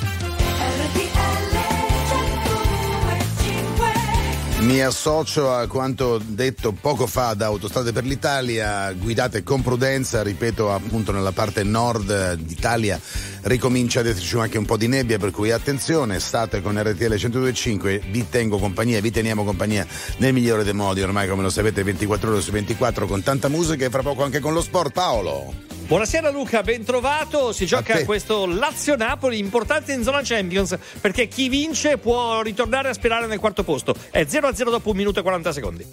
Mi associo a quanto detto poco fa da Autostrade per l'Italia: guidate con prudenza, ripeto, appunto nella parte nord d'Italia ricomincia ad esserci anche un po' di nebbia, per cui attenzione, state con RTL 102.5, vi teniamo compagnia nel migliore dei modi, ormai come lo sapete 24 ore su 24 con tanta musica e fra poco anche con lo sport. Paolo. Buonasera Luca, ben trovato. Si gioca questo Lazio-Napoli, importante in zona Champions, perché chi vince può ritornare a sperare nel quarto posto. È 0-0 dopo 1 minuto e 40 secondi.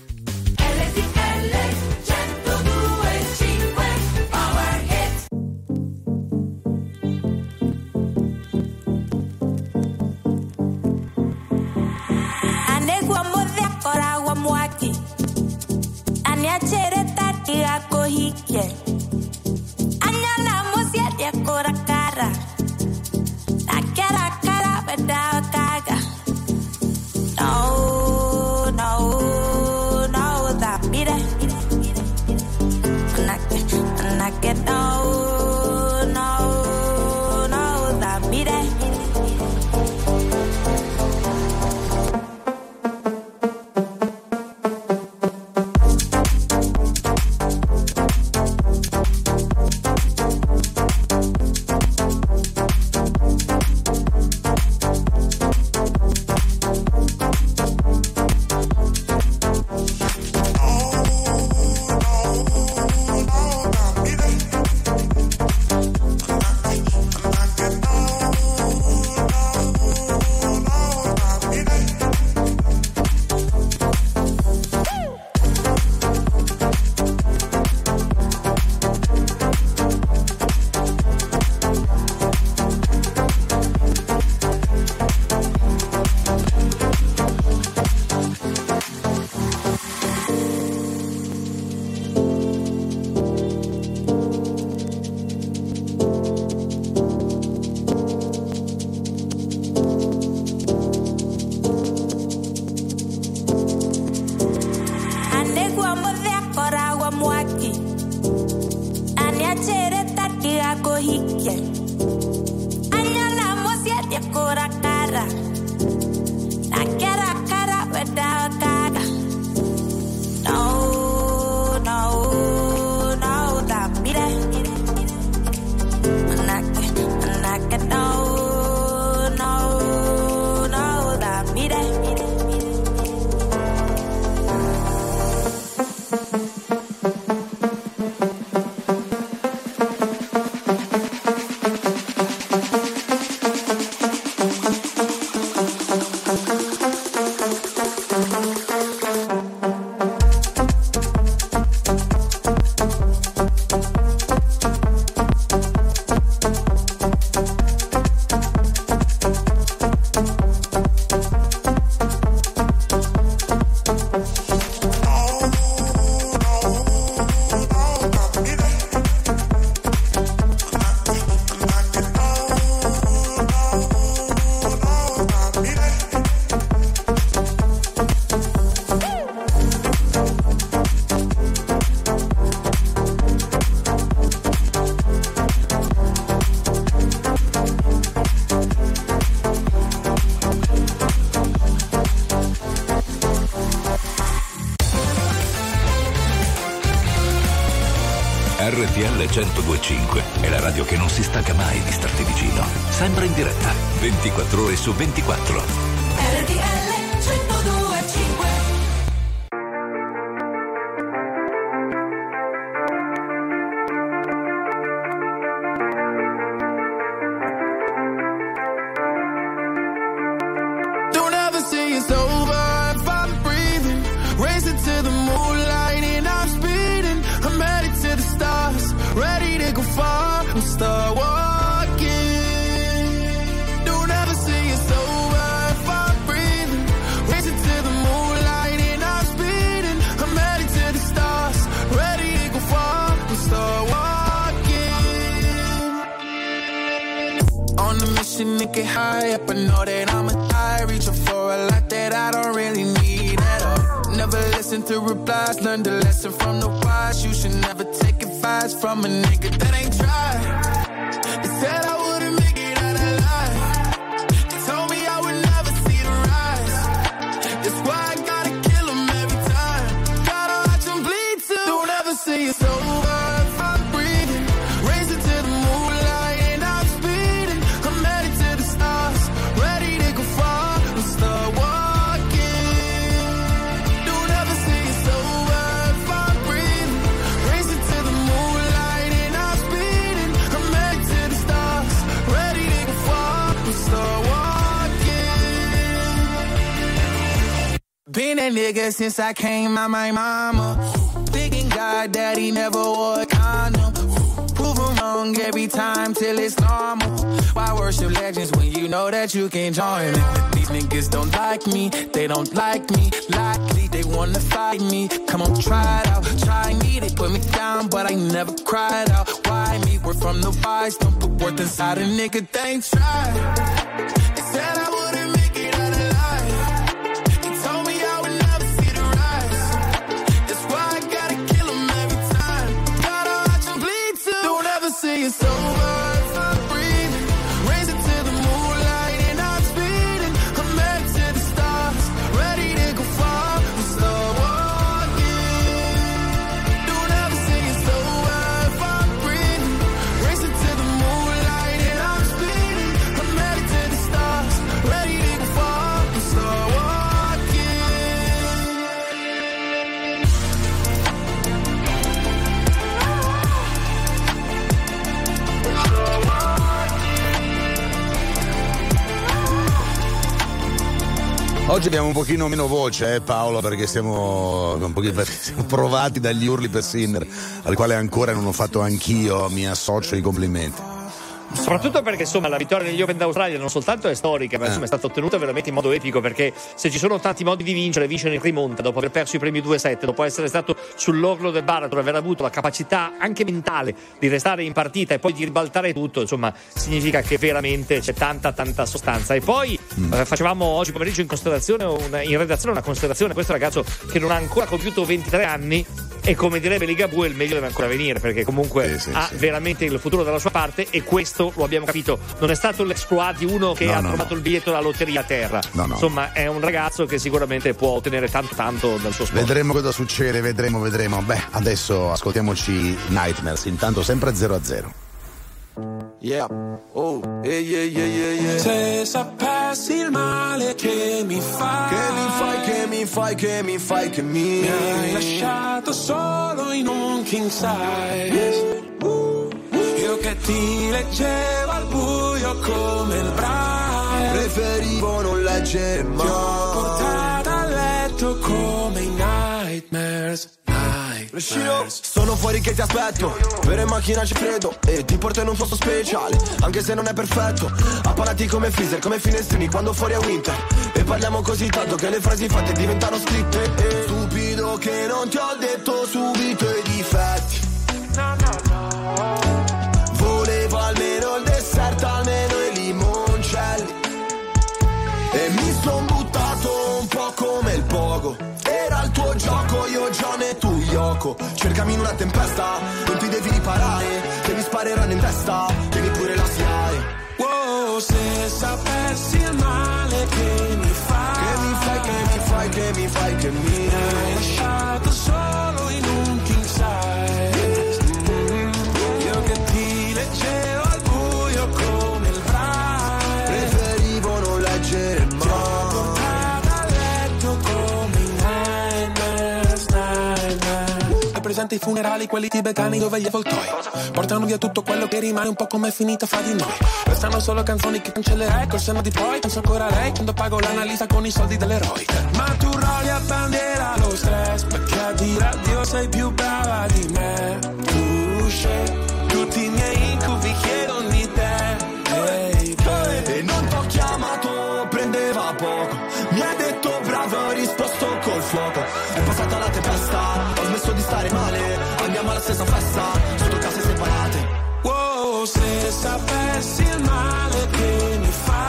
RTL 102.5 è la radio che non si stanca mai di starti vicino. Sempre in diretta, 24 ore su 24. RTL 102.5. see it's over if I'm breathing. Racing to the moonlight and I'm speeding. I'm headed to the stars, ready to go far and start walking. Don't ever see it's over if I'm breathing. Racing to the moonlight and I'm speeding. I'm headed to the stars, ready to go far and start walking. On a mission to get high up, I know that I'ma die. Reaching for a lot that I don't really need at all. Never listen to replies, learn the lesson from the wise. You should never take advice from a nigga that ain't tried. They said I wouldn't make it out alive. They told me I would never see the rise. That's why I gotta kill them every time. Gotta watch them bleed too. Don't ever see it's over if I'm breathing. Racing to the moonlight and I'm speeding. I'm headed to the stars, ready to go far and start walking. Been that nigga since I came out my mama. Thinking God that he never wore a condom. Prove him wrong every time till it's normal. Why worship legends when you know that you can join them? These niggas don't like me, they don't like me. Likely they wanna fight me. Come on, try it out, try me. They put me down, but I never cried out. Why me? We're from the wise, don't put worth inside a nigga, they ain't tried. They said I wouldn't make it out alive. They told me I would never see the rise. That's why I gotta kill them every time. Gotta watch them bleed too. Don't ever see it's over if I'm breathing. Racing to the moonlight and I'm speeding. I'm headed to the stars, ready to go far and start walking. Don't ever see it's over if I'm breathing. Racing to the moonlight and I'm speeding. I'm headed to the stars, ready to go far and start walking. Oggi abbiamo un pochino meno voce, Paolo, perché siamo provati dagli urli per Sinner, al quale ancora non ho fatto anch'io, mi associo ai complimenti. Soprattutto perché insomma la vittoria negli Open d'Australia non soltanto è storica, ma insomma è stata ottenuta veramente in modo epico, perché se ci sono tanti modi di vincere in rimonta, dopo aver perso i primi 2-7, dopo essere stato sull'orlo del baratro, aver avuto la capacità anche mentale di restare in partita e poi di ribaltare tutto, insomma significa che veramente c'è tanta sostanza. E poi facevamo oggi pomeriggio in redazione una considerazione, questo ragazzo che non ha ancora compiuto 23 anni e come direbbe Ligabue il meglio deve ancora venire, perché comunque ha veramente il futuro dalla sua parte, e questo lo abbiamo capito, non è stato l'exploit di uno che ha trovato il biglietto della lotteria a terra. Insomma è un ragazzo che sicuramente può ottenere tanto dal suo sport. Vedremo cosa succede, vedremo. Beh, adesso ascoltiamoci Nightmares, intanto sempre 0-0. Yeah, oh, yeah. Se sapessi il male che mi fai, mi hai lasciato solo in un king size. Io che ti leggevo al buio come il Braille, preferivo non leggere mai. Ti ho portato a letto come i Nightmares. Sono fuori che ti aspetto, vero in macchina ci credo e ti porto in un posto speciale, anche se non è perfetto. Apparati come freezer, come finestrini quando fuori è winter, e parliamo così tanto che le frasi fatte diventano scritte. Stupido che non ti ho detto subito i difetti. Volevo almeno il dessert, almeno i limoncelli, e mi son buttato un po' come il pogo. Era il tuo gioco, io John e tu Yoko. Cercami in una tempesta, non ti devi riparare, che mi spareranno in testa, tieni pure la SIAE. Wow, se sapessi il male che mi fai, che mi hai lasciato solo in un king size. Io che ti leggevo al buio come il Braille, preferivo non leggere mai. Ti ho portato a letto come i Nightmares. presente i funerali, quelli tibetani dove gli avvoltoi portano via tutto quello che rimane, un po' come è finita fra di noi. Restano solo canzoni che cancellerei col senno di poi. Penso ancora a lei quando pago l'analisa con i soldi dell'eroe. Ma tu roli a bandiera lo stress, perché a dire addio sei più brava di me. Tu scegli tutti i miei incubi, chiedono di te. E non t'ho chiamato, prendeva poco. Mi hai detto bravo, ho risposto col fuoco. È passata la tempesta, ho smesso di stare male. Andiamo alla stessa festa, sotto case separate. Wow, se sapessi il male che mi fai,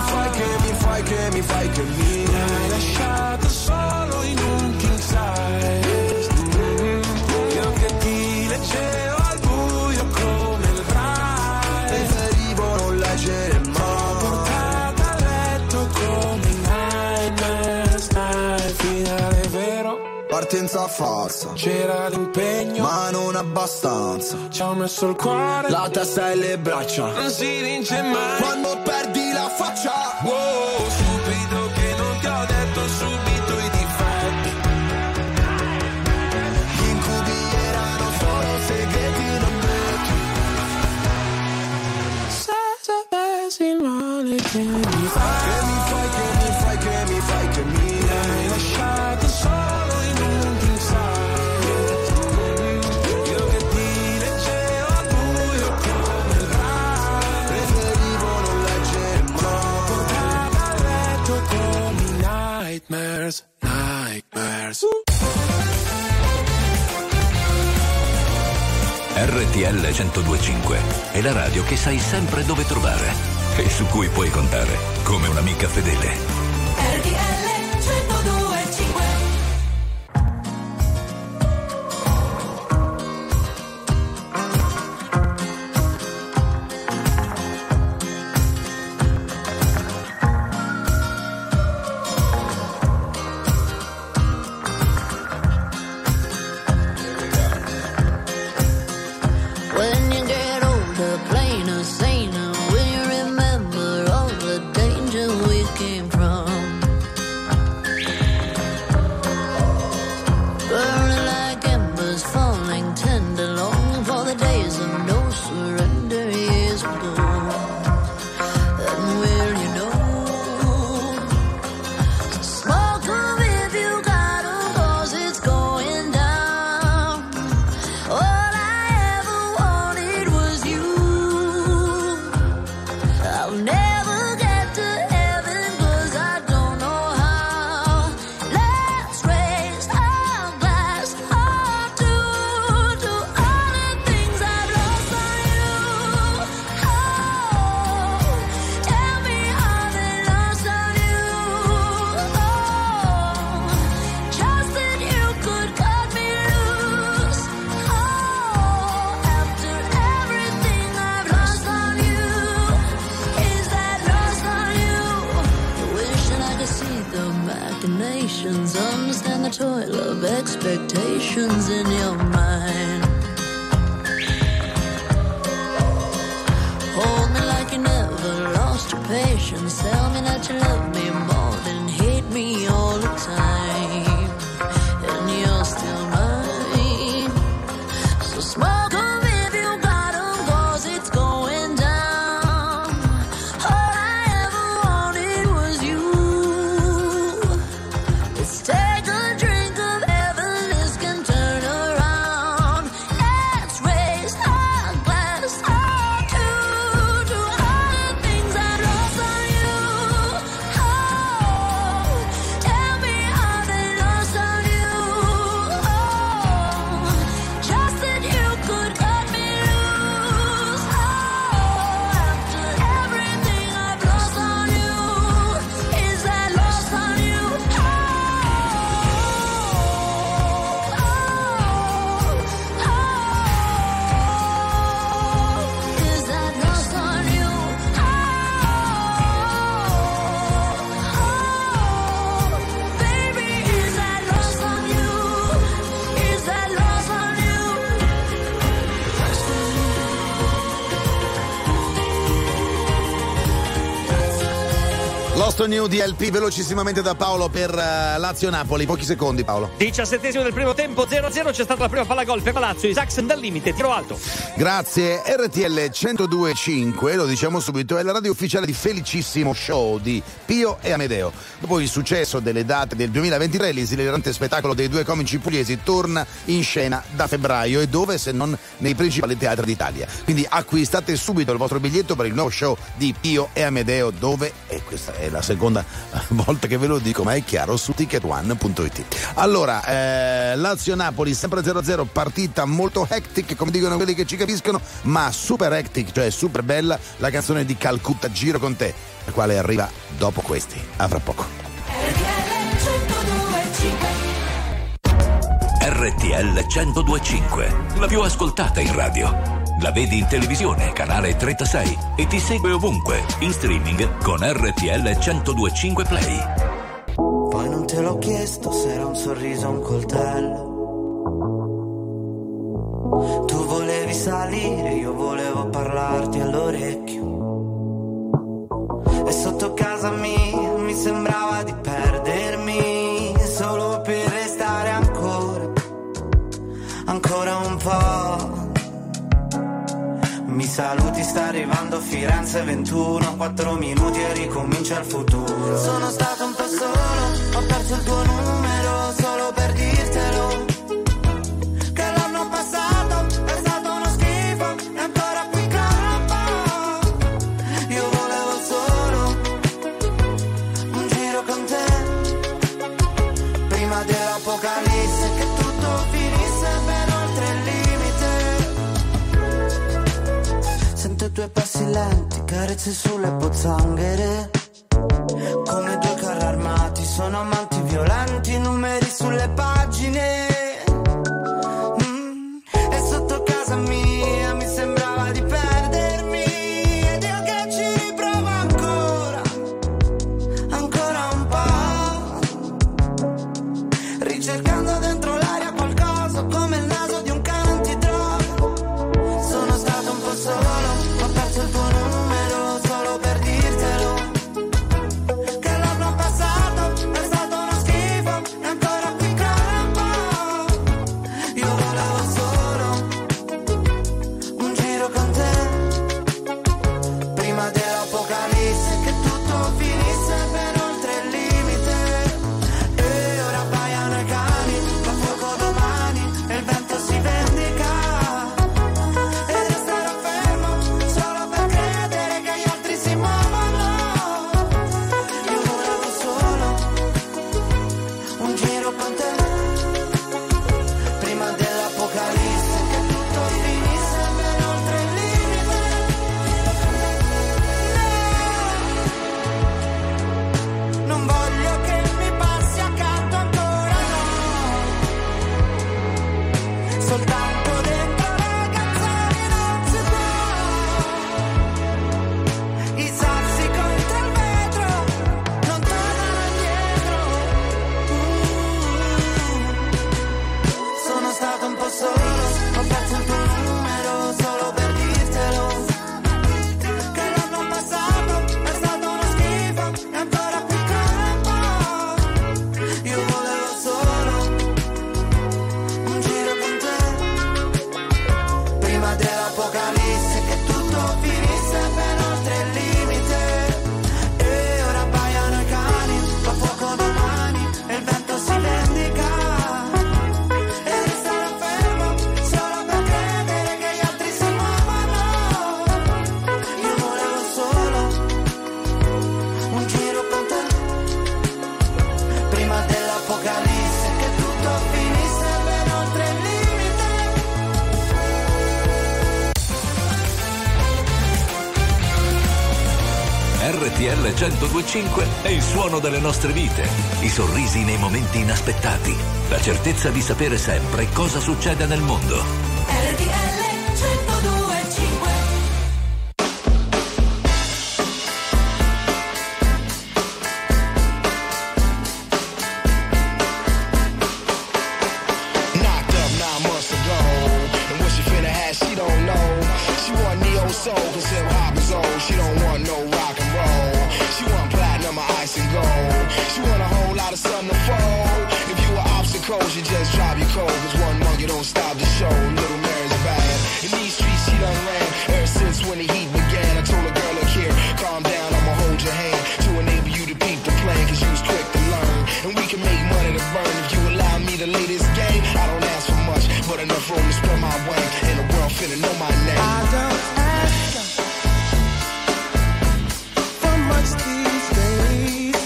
che mi hai lasciato solo in un king size. Io che ti leggevo al buio come il braille, preferivo non leggere mai. portata a letto come nightmares, finale vero, Partenza falsa, c'era l'impegno ma non abbastanza. ci ho messo il cuore, La testa e le braccia, non si vince mai. quando perdi la faccia. Wow, stupido che non ti ho detto subito i difetti. Gli incubi erano solo segreti non detti. Se sapessi il male che mi fai, che mi hai lasciato solo in un king size. Io che ti leggevo al buio come il braille, preferivo non leggere mai. portata a letto come i nightmares. RTL 102.5 è la radio che sai sempre dove trovare e su cui puoi contare come un'amica fedele. RTL 102.5. When you get older, plainer, saner, will you remember all the danger we came from? Burning like embers, falling tender, longing for the days of no surrender years ago. And will you know? So smoke 'em if you got 'em, 'cause it's going down. All I ever wanted was you. I'll never get to heaven 'cause I don't know how. Let's raise our glass up to all the things I've lost on you. Oh, tell me how they lost on you. Oh, just that you could cut me loose. Oh, after everything I've lost on you, is that lost on you? Wishing I could see the machinations, understand the toil of expectations in your mind. Hold me like you never lost your patience. Tell me that you love me more than hate me all the time. And you're still mine. So smoke 'em if you got 'em, 'cause it's going down. All I ever wanted was you. Let's take a drink of heaven, this can turn around. Let's raise our glass up to all the things I've lost on you. Oh, Posto new di LP velocissimamente da Paolo per Lazio-Napoli. Pochi secondi, Paolo. 17esimo del primo tempo, 0-0. C'è stata la prima palla gol per la Lazio. Isaacsen dal limite, tiro alto. Grazie. RTL 102.5, lo diciamo subito, è la radio ufficiale di Felicissimo Show di Pio e Amedeo. Dopo il successo delle date del 2023, l'esilarante spettacolo dei due comici pugliesi torna in scena da febbraio, e dove se non nei principali teatri d'Italia. Quindi acquistate subito il vostro biglietto per il nuovo show di Pio e Amedeo, dove, e questa è la seconda volta che ve lo dico, ma è chiaro, su ticketone.it. Allora, Lazio-Napoli sempre 0-0, partita molto hectic, come dicono quelli che ci capiscono, ma super hectic, cioè super bella, la canzone di Calcutta, Giro con te, la quale arriva dopo questi, a fra poco. RTL 102.5, la più ascoltata in radio. La vedi in televisione, canale 36, e ti segue ovunque, in streaming con RTL 102.5 Play. Poi non te l'ho chiesto se era un sorriso o un coltello. Tu volevi salire, io volevo parlarti all'orecchio. E sotto casa mia mi sembrava di perdermi, solo per restare ancora un po'. Mi saluti, sta arrivando Firenze 21, 4 minuti e ricomincia il futuro. Sono stato un po' solo, ho perso il tuo numero solo per dirtelo, che l'anno passato è stato uno schifo e ancora qui campo. Io volevo solo un giro con te, prima dell'apocalisse, che tutto finisse ben oltre il limite. Sento i tuoi passi lenti, carezze sulle pozzanghere, come due carri armati, sono amanti violenti, numeri sulle pagine. E sotto casa mia mi sembrava di perdermi, ed io che ci riprovo ancora un po', ricercando dentro l'aria qualcosa come il naso di un cane antidroga. Sono stato un po' solo, ho perso il tuo numero solo per dirtelo, che l'anno passato è stato uno schifo e ancora qui campo. Io volevo solo un giro con te, prima dell'apocalisse, che tutto finisse ben oltre il limite. E ora baiano i cani, fa fuoco domani e il vento si vendica, e resterò fermo solo per credere che gli altri si muovono. Io volevo solo un giro con te, prima dell'apocalisse, che tutto finisse ben oltre il limite. Non voglio che mi passi accanto ancora, no, soltanto dentro le canzoni non si può. I sassi contro il vetro non tornano indietro. Sono stato un po' solo, ho perso il tuo numero solo per dirtelo, che l'anno passato è stato uno schifo e ancora qui campo. Io volevo solo un giro con te, prima dell'apocalisse, che tutto finisse ben oltre il limite. E ora baiano i cani, fa fuoco domani e il vento si vendica, e resterò fermo solo per credere che gli altri si muovono. Io volevo solo un giro con te, prima dell'apocalisse, che tutto finisse ben oltre il limite. RTL 102.5 è il suono delle nostre vite, i sorrisi nei momenti inaspettati, la certezza di sapere sempre cosa succede nel mondo. RTL 102.5. Knocked up 9 months ago, and what she finna have, she don't know. She want neo soul, cause hip hop is old. She don't want no rock and roll. She want platinum or ice the latest game. I don't ask for much, but enough room to spread my wing. And the world finna know my name. I don't ask for much these days,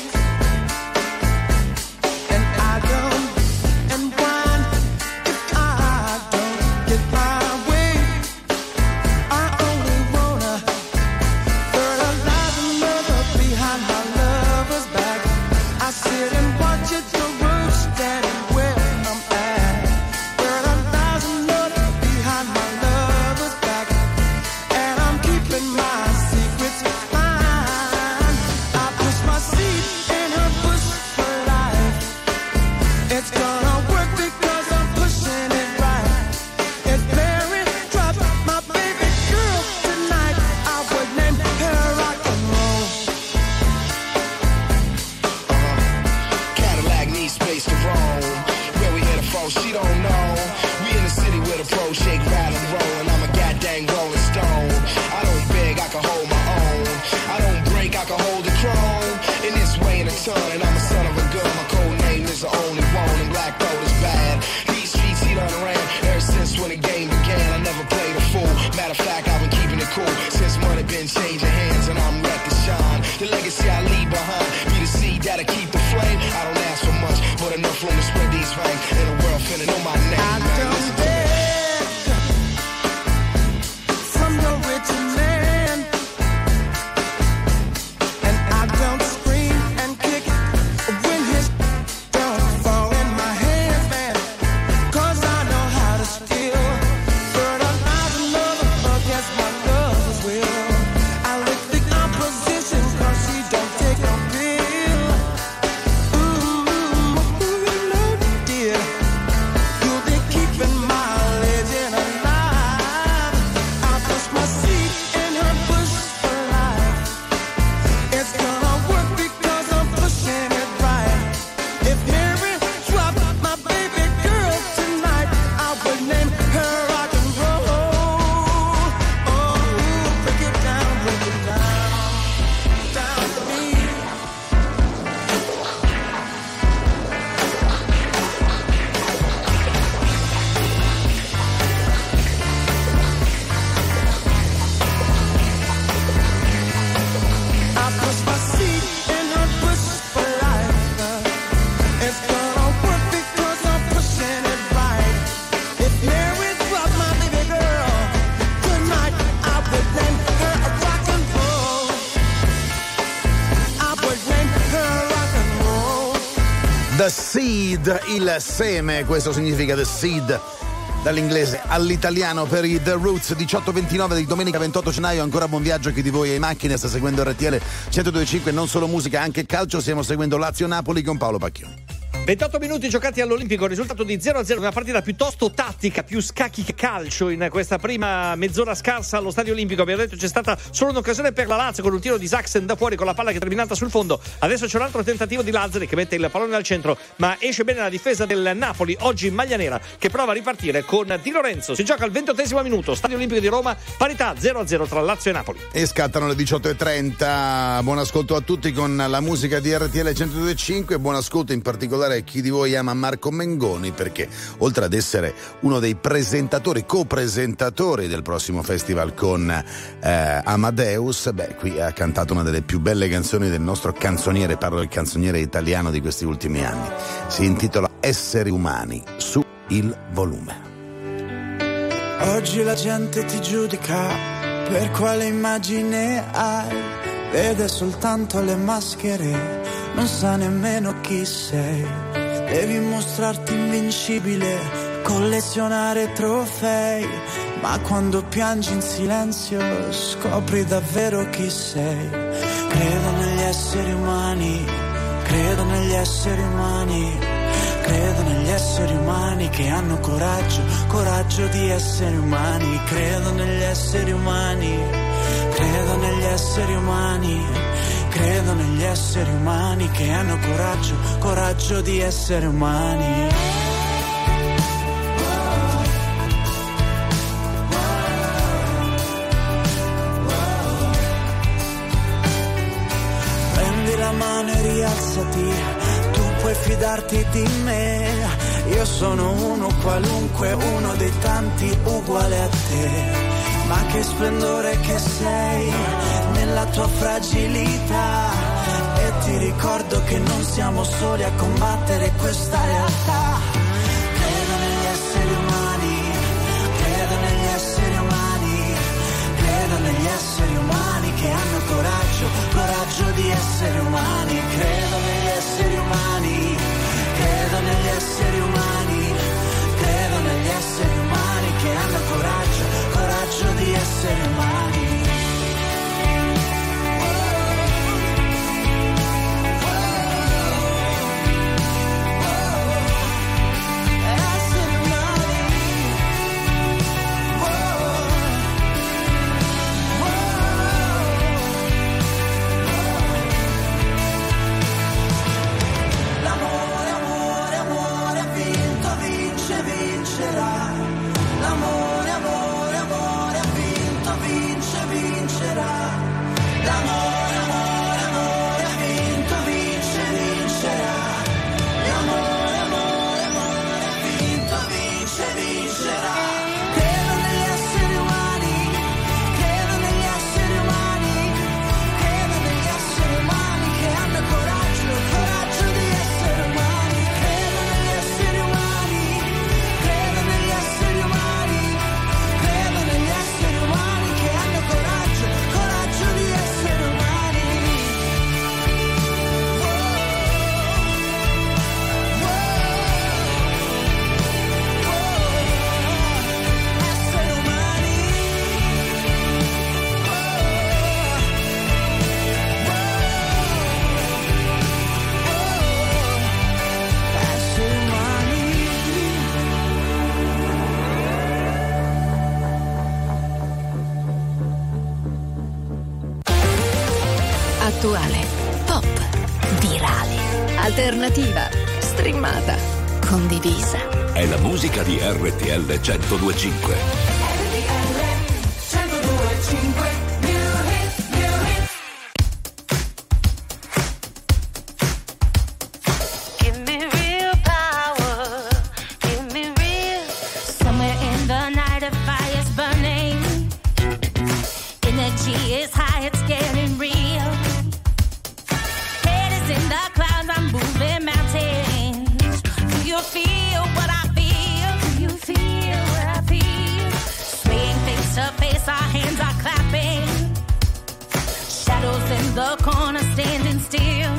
and I don't and whine if I don't get my way. I only wanna fertilize another behind my lover's back. I sit and watch it go road standing where I'm at. Fertilize another behind my lover's back, and I'm keeping my secrets fine. I push my seed in her bush for life. It's gonna work because I'm pushing it right. If Mary dropped my baby girl tonight, I would name her rock and roll. Cadillac needs space to roam. Where we headed for, she don't know. We in the city with a pro shake, ride and roll, and I'm a goddamn rolling stone. I don't beg, I can hold my own. I don't break, I can hold the chrome. In this way, in a ton, and I'm a son of a gun. My code name is the only one, and black gold is bad. These streets he done ran ever since when the game began. I never played a fool. Matter of fact, I've been keeping it cool since money been changing hands, and I'm ready to shine. The legacy I leave behind be the seed that'll keep the flame. I don't ask for much, but enough room to spread these fangs. And the world finna know my name. I man. don't Listen to me. beg from no rich man, and I don't scream and kick when his don't fall in my hands, man. 'Cause I know how to steal, fertilize another against my lover's will. I lick the opposition 'cause she don't take no pill. Ooh, dear, you'll be keeping my legend alive. I push my seed in her bush for life. It's gonna work because I'm pushing it right. If Mary dropped my baby girl tonight, I would name her rock and roll. Oh, break it down, down to me. I push my seed in her bush for life. It's gonna work because I'm pushing it right. If Mary dropped my baby girl tonight, I would name her a rock and roll. I would name her rock and roll. The Seed, il seme, questo significa The Seed. Dall'inglese all'italiano per i The Roots. 18:29 di domenica 28 gennaio. Ancora buon viaggio a chi di voi è in macchina, sta seguendo RTL 102.5, non solo musica, anche calcio. Stiamo seguendo Lazio-Napoli con Paolo Pacchioni. 28 minuti giocati all'Olimpico, risultato di 0-0, una partita piuttosto tattica, più scacchi che calcio in questa prima mezz'ora scarsa allo Stadio Olimpico. Abbiamo detto c'è stata solo un'occasione per la Lazio con un tiro di Saxen da fuori con la palla che è terminata sul fondo. Adesso c'è un altro tentativo di Lazzari che mette il pallone al centro, ma esce bene la difesa del Napoli, oggi in maglia nera, che prova a ripartire con Di Lorenzo. Si gioca al 28esimo minuto, Stadio Olimpico di Roma, parità 0-0 tra Lazio e Napoli. E scattano le 18:30. Buon ascolto a tutti con la musica di RTL 102.5. Buon ascolto in particolare a chi di voi ama Marco Mengoni, perché oltre ad essere uno dei presentatori, copresentatori del prossimo festival con Amadeus, qui ha cantato una delle più belle canzoni del nostro canzoniere, parlo del canzoniere italiano di questi ultimi anni. Si intitola Esseri umani, su il volume. Oggi la gente ti giudica per quale immagine hai, vede soltanto le maschere, non sa nemmeno chi sei. Devi mostrarti invincibile, collezionare trofei, ma quando piangi in silenzio scopri davvero chi sei. Credo negli esseri umani, credo negli esseri umani, credo negli esseri umani che hanno coraggio, coraggio di essere umani. Credo negli esseri umani, credo negli esseri umani, credo negli esseri umani che hanno coraggio, coraggio di essere umani. Prendi la mano e rialzati, tu puoi puoi fidarti di me. Io sono uno qualunque, uno dei tanti uguale a te. Ma che splendore che sei nella tua fragilità. E ti ricordo che non siamo soli a combattere questa realtà. Credo negli esseri umani, credo negli esseri umani, credo negli esseri umani che hanno coraggio, coraggio di essere umani. Credo negli esseri umani, credo negli esseri umani, credo negli esseri umani che hanno coraggio, coraggio di essere umani. L'amore, amore, amore ha vinto, vince, vincerà. L'amore, amore, amore ha vinto, vince, vincerà. L'amore, amore, amore ha vinto, vince, vincerà. Credo negli esseri umani, credo negli esseri umani, credo negli esseri umani che hanno coraggio, coraggio di essere umani. Credo negli esseri umani, credo negli esseri umani, credo negli esseri umani che hanno coraggio, coraggio di essere umani. Esseri umani. Esseri umani. Attuale, pop, virale, alternativa, streamata, condivisa. È la musica di RTL 102.5. Give me real power, give me real. Somewhere in the night a fire's burning. Energy is high, it's getting real. Head is in the clouds, I'm moving mountains. Do you feel what I feel? Do you feel what I feel? Swaying face to face, our hands are clapping. Shadows in the corner standing still.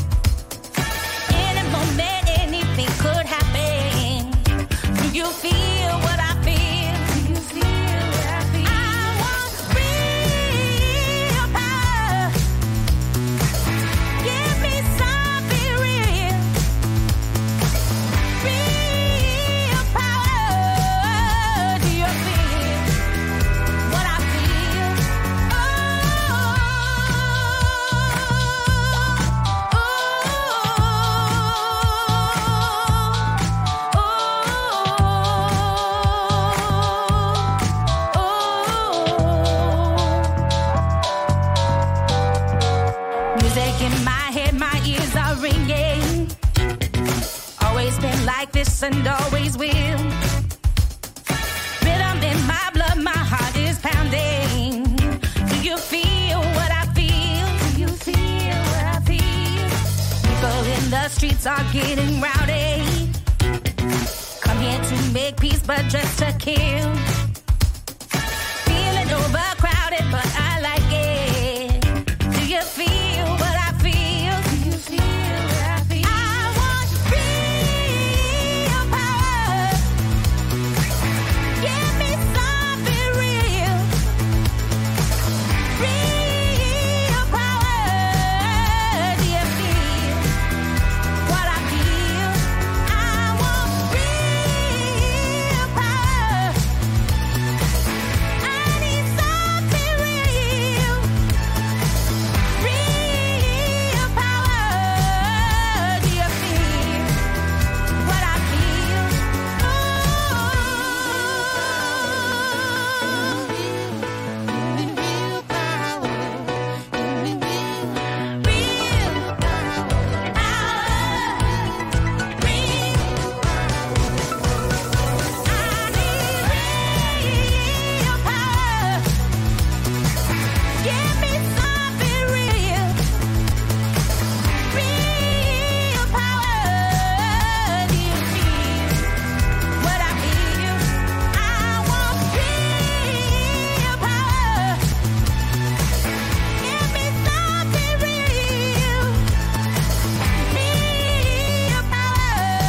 Any moment, anything could happen. Do you feel what I feel? Do you feel what I feel? I want real power. Give me something real. Real power. Do you feel what I feel? Music in my head, my ears are ringing. Always been like this and always will. Rhythm in my blood, my heart is pounding. Do you feel what I feel? Do you feel what I feel? People in the streets are getting rowdy. Come here to make peace, but just to kill. Feeling overcrowded, but I like it. Do you feel what I feel? Do you feel what I feel? I want real power. Give me something real. Real power. Do you feel what I feel? I want real power. I need something real.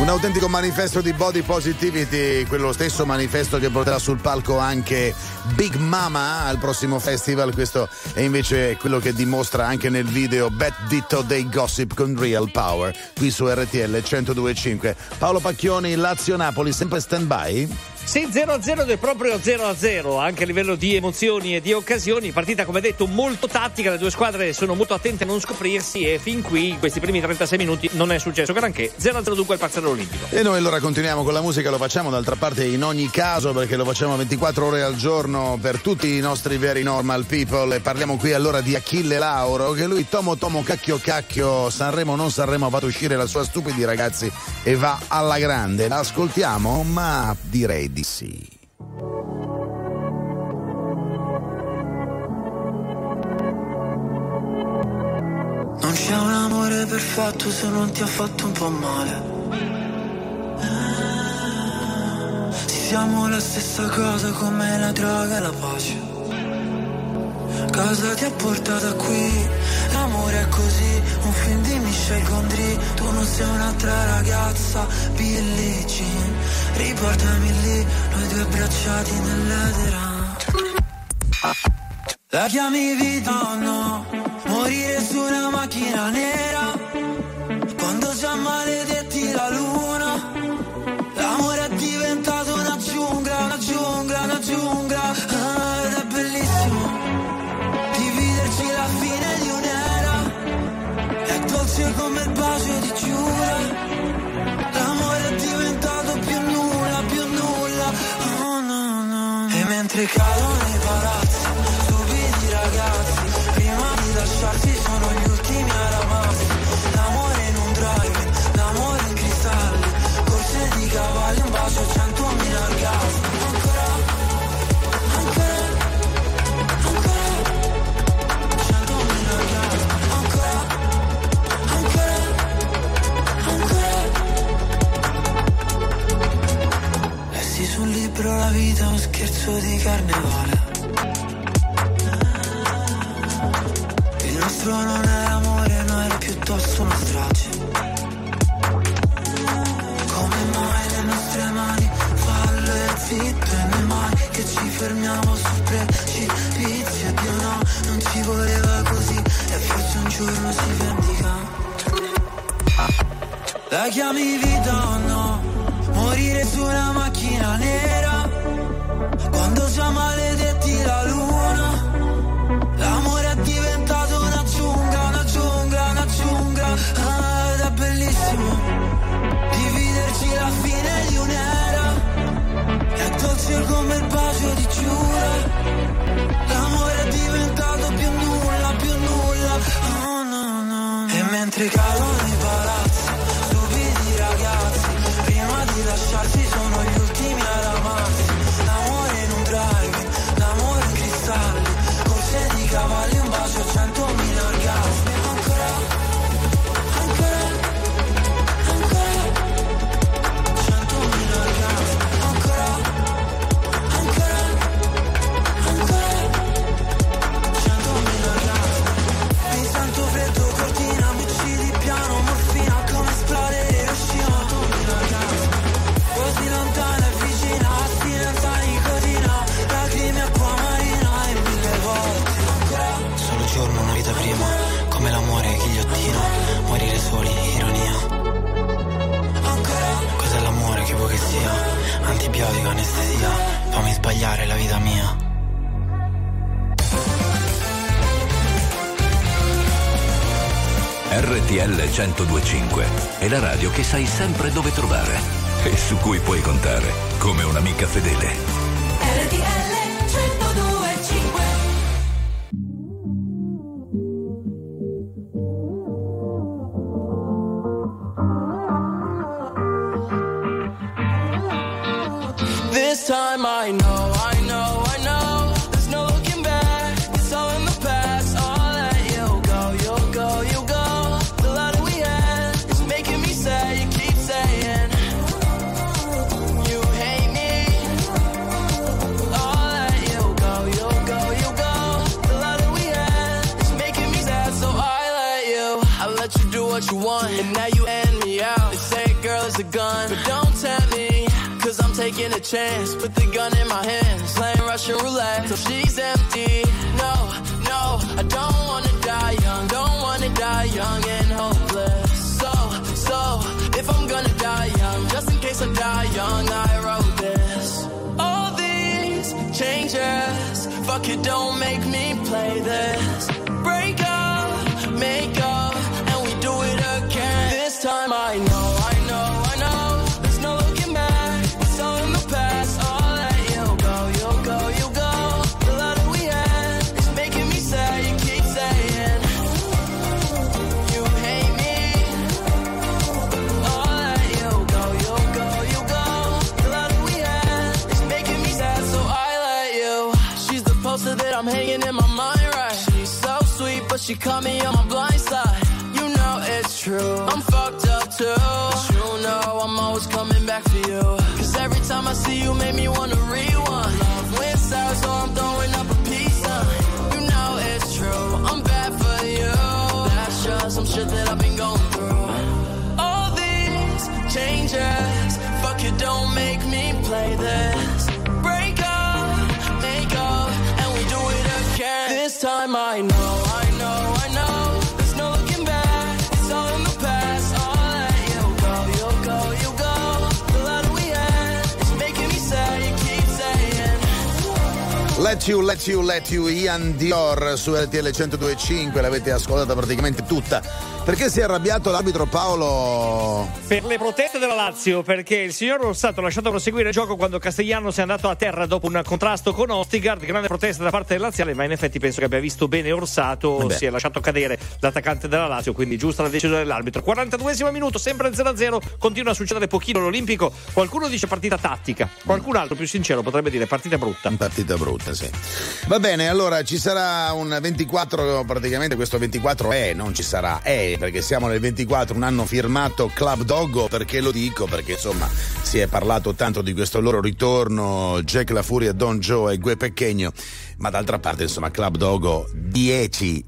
Un autentico manifesto di body positivity, quello stesso manifesto che porterà sul palco anche Big Mama al prossimo festival. Questo è invece quello che dimostra anche nel video Bad Ditto dei Gossip con Real Power, qui su RTL 102.5. Paolo Pacchioni, Lazio-Napoli, sempre stand by? Sì, 0-0 è proprio 0-0, anche a livello di emozioni e di occasioni. Partita, come detto, molto tattica, le due squadre sono molto attente a non scoprirsi e fin qui, in questi primi 36 minuti, non è successo granché. 0-0 dunque il parziale olimpico. E noi allora continuiamo con la musica, lo facciamo d'altra parte in ogni caso, perché lo facciamo 24 ore al giorno per tutti i nostri veri normal people, e parliamo qui allora di Achille Lauro, che lui tomo cacchio, Sanremo non Sanremo, ha fatto uscire la sua Stupidi Ragazzi e va alla grande. La ascoltiamo? Ma direi di sì. Non c'è un amore perfetto se non ti ha fatto un po' male. Siamo la stessa cosa come la droga e la pace. Cosa ti ha portato qui? L'amore è così, un film di Michel Gondry. Tu non sei un'altra ragazza, Billie Jean. Riportami lì, noi due abbracciati nell'edera. La chiami vita o no? Morire su una macchina nera, quando già maledetti la luna. L'amore è diventato una giungla, una giungla, una giungla. Ed è bellissimo dividerci la fine di un'era. È dolce come il bacio di Giura. L'amore è diventato più nulla, più nulla. Oh no, no. E mentre cadono i palazzi, stupidi ragazzi, prima di lasciarsi sono gli ultimi a ramarsi. L'amore in un drive, l'amore in cristalli, corse di cavalli, un bacio, 100.000 orgasmi. Ancora, ancora, ancora, 100.000 orgasmi. Ancora, ancora, ancora. Lessi sul libro la vita, un scherzo di carnevale. Il nostro non è amore, no, era piuttosto una strage. Come mai le nostre mani fallo e zitto, e noi mai che ci fermiamo sul precipizio. Dio no, non ci voleva così, e forse un giorno si vendica. La chiami vita o no? Morire su una macchina nera, quando già maledetti la luna. L'amore è diventato una giungla, una giungla, una giungla. Ed è bellissimo dividerci la fine di un'era. È dolce come il bacio di Giura. L'amore è diventato più nulla, più nulla. Oh no, no. E mentre cadono i palazzi, stupidi ragazzi, prima di lasciarsi sono gli ultimi a ramarsi. L'amore in un drive, l'amore in cristalli, corse di cavalli, un bacio, 100.000 orgasmi. Ancora, ancora, ancora, 100.000 orgasmi. Ancora, ancora, ancora, 100.000 orgasmi. Mi sento freddo, cortina, mi uccidi piano, morfina, come esplode Hiroshima. 100.000 orgasmi. Così lontana e vicina, astinenza, nicotina, lacrime, acqua marina e 1000 volte. Solo giorno, una vita prima, come l'amore, ghigliottina, morire soli, ironia. Ancora. Cos'è l'amore, che vuoi che sia? Antibiotico, anestesia, fammi sbagliare la vita mia. RTL 102.5 è la radio che sai sempre dove trovare e su cui puoi contare come un'amica fedele. RTL 102.5. This time I know, there's no looking back, it's all in the past. I'll let you go, you'll go, you go. The love that we had is making me sad, you keep saying you hate me. I'll let you go, you'll go, you go. The love that we had is making me sad, so I let you do what you want, and now you end me out. They say, girl, there's a gun, but don't tempt me, cause I'm taking a chance. Put the gun in my hands, playing Russian roulette, so she's empty. No, no, I don't wanna die young, don't wanna die young and hopeless. So, if I'm gonna die young, just in case I die young, I wrote this. All these changes, fuck it, don't make me play this. Break up, make up, and we do it again. This time I know, there's no looking back. It's all in the past, I'll let you go, you'll go, you go. The love that we had is making me sad, you keep saying you hate me. I'll let you go, you'll go, you go. The love that we had is making me sad, so I let you. She's the poster that I'm hanging in my mind, right? She's so sweet, but she caught me on my blind side. You know it's true, I'm fucked up too, but you know I'm always coming back for you. Cause every time I see you make me wanna rewind. Love went south, so I'm throwing up a peace sign. You know it's true, I'm bad for you. That's just some shit that I've been going through. All these changes, fuck it, don't make me play this. Break up, make up, and we do it again. This time I know, there's no looking back. It's all in the past, I'll let you go, you'll go, you go. The love that we had is making me sad, you keep saying Let you, Ian Dior su RTL 102.5, l'avete ascoltata praticamente tutta. Perché si è arrabbiato l'arbitro Paolo? Per le proteste della Lazio, perché il signor Rossato ha lasciato proseguire il gioco quando Castigliano si è andato a terra dopo un contrasto con Ostigard. Grande protesta da parte del laziale, ma in effetti penso che abbia visto bene Orsato. Si è lasciato cadere l'attaccante della Lazio, quindi giusta la decisione dell'arbitro. 42esimo minuto, sempre il 0-0, continua a succedere pochino all'Olimpico. Qualcuno dice partita tattica, qualcun altro più sincero potrebbe dire partita brutta. Partita brutta, sì. Va bene, allora ci sarà un 24, praticamente questo 24 non ci sarà, perché siamo nel 24, un anno firmato Club Doggo. Perché lo dico? Perché insomma si è parlato tanto di questo loro ritorno, Jack La Furia, Don Joe e Gue Pecchegno, ma d'altra parte insomma Club Doggo 10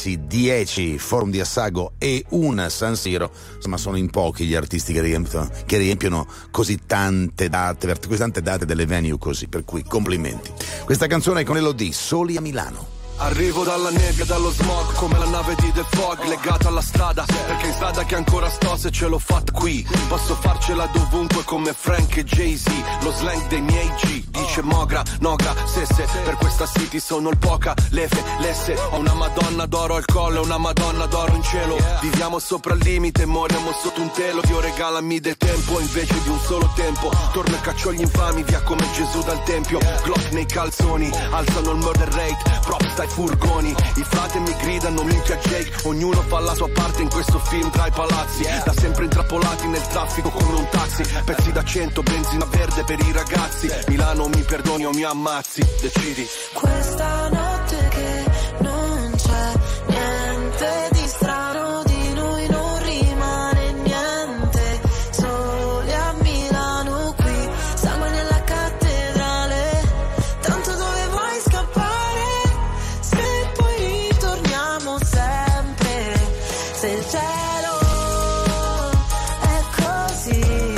Forum di Assago e un San Siro, insomma sono in pochi gli artisti che riempiono così tante date delle venue così, per cui complimenti. Questa canzone è con Elodie, Soli a Milano. Arrivo dalla nebbia, dallo smog, come la nave di The Fog, legata alla strada, perché in strada che ancora sto, se ce l'ho fatta qui, posso farcela dovunque come Frank e Jay-Z, lo slang dei miei G, dice Mogra, Nogra, Sesse, per questa city sono il poca, lefe, lesse, ho una madonna d'oro al collo e una madonna d'oro in cielo, viviamo sopra il limite, moriamo sotto un telo, Dio regalami del tempo invece di un solo tempo, torno e caccio gli infami via come Gesù dal tempio, Glock nei calzoni, alzano il murder rate, props dai furgoni, i frate mi gridano minchia Jake, ognuno fa la sua parte in questo film tra i palazzi, da sempre intrappolati nel traffico come un taxi, pezzi da 100, benzina verde per i ragazzi, Milano mi perdoni o mi ammazzi, decidi. Questa notte che non c'è niente di strano, di noi non rimane niente, soli a Milano qui, sangue nella cattedrale, tanto dove vuoi scappare, se poi ritorniamo sempre, se il cielo è così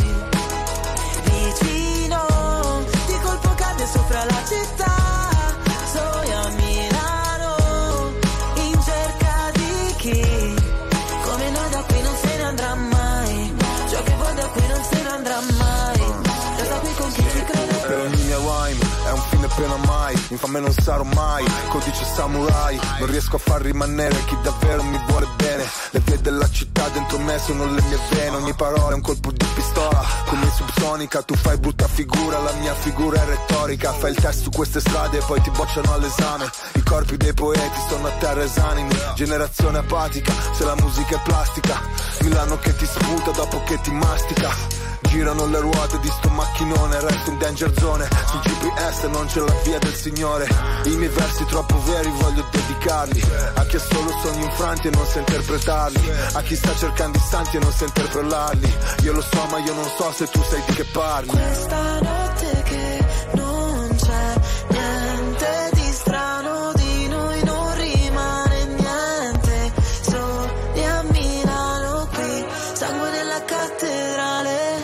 vicino, di colpo cade sopra la città. Soli a Milano, in cerca di chi come noi da qui non se ne andrà mai. Ciò che vuoi da qui non se ne andrà mai. Resta qui con chi ci crede. Per ogni mia rhyme è un fine pena mai, infame non sarò mai, codice samurai, non riesco a far rimanere chi davvero mi vuole bene, le vie della città dentro me sono le mie vene, ogni parola è un colpo di pistola, come subsonica, tu fai brutta figura, la mia figura è retorica, fai il test su queste strade e poi ti bocciano all'esame, i corpi dei poeti sono a terra esanimi, generazione apatica, se la musica è plastica, Milano che ti sputa dopo che ti mastica. Girano le ruote di sto macchinone, resto in danger zone, sul GPS non c'è la via del Signore, i miei versi troppo veri voglio dedicarli, a chi ha solo sogni infranti e non sa interpretarli, a chi sta cercando i santi e non sa interpellarli, io lo so ma io non so se tu sai di che parli. Questa notte che non c'è niente di strano, di noi non rimane niente, soli a Milano qui, sangue nella cattedrale,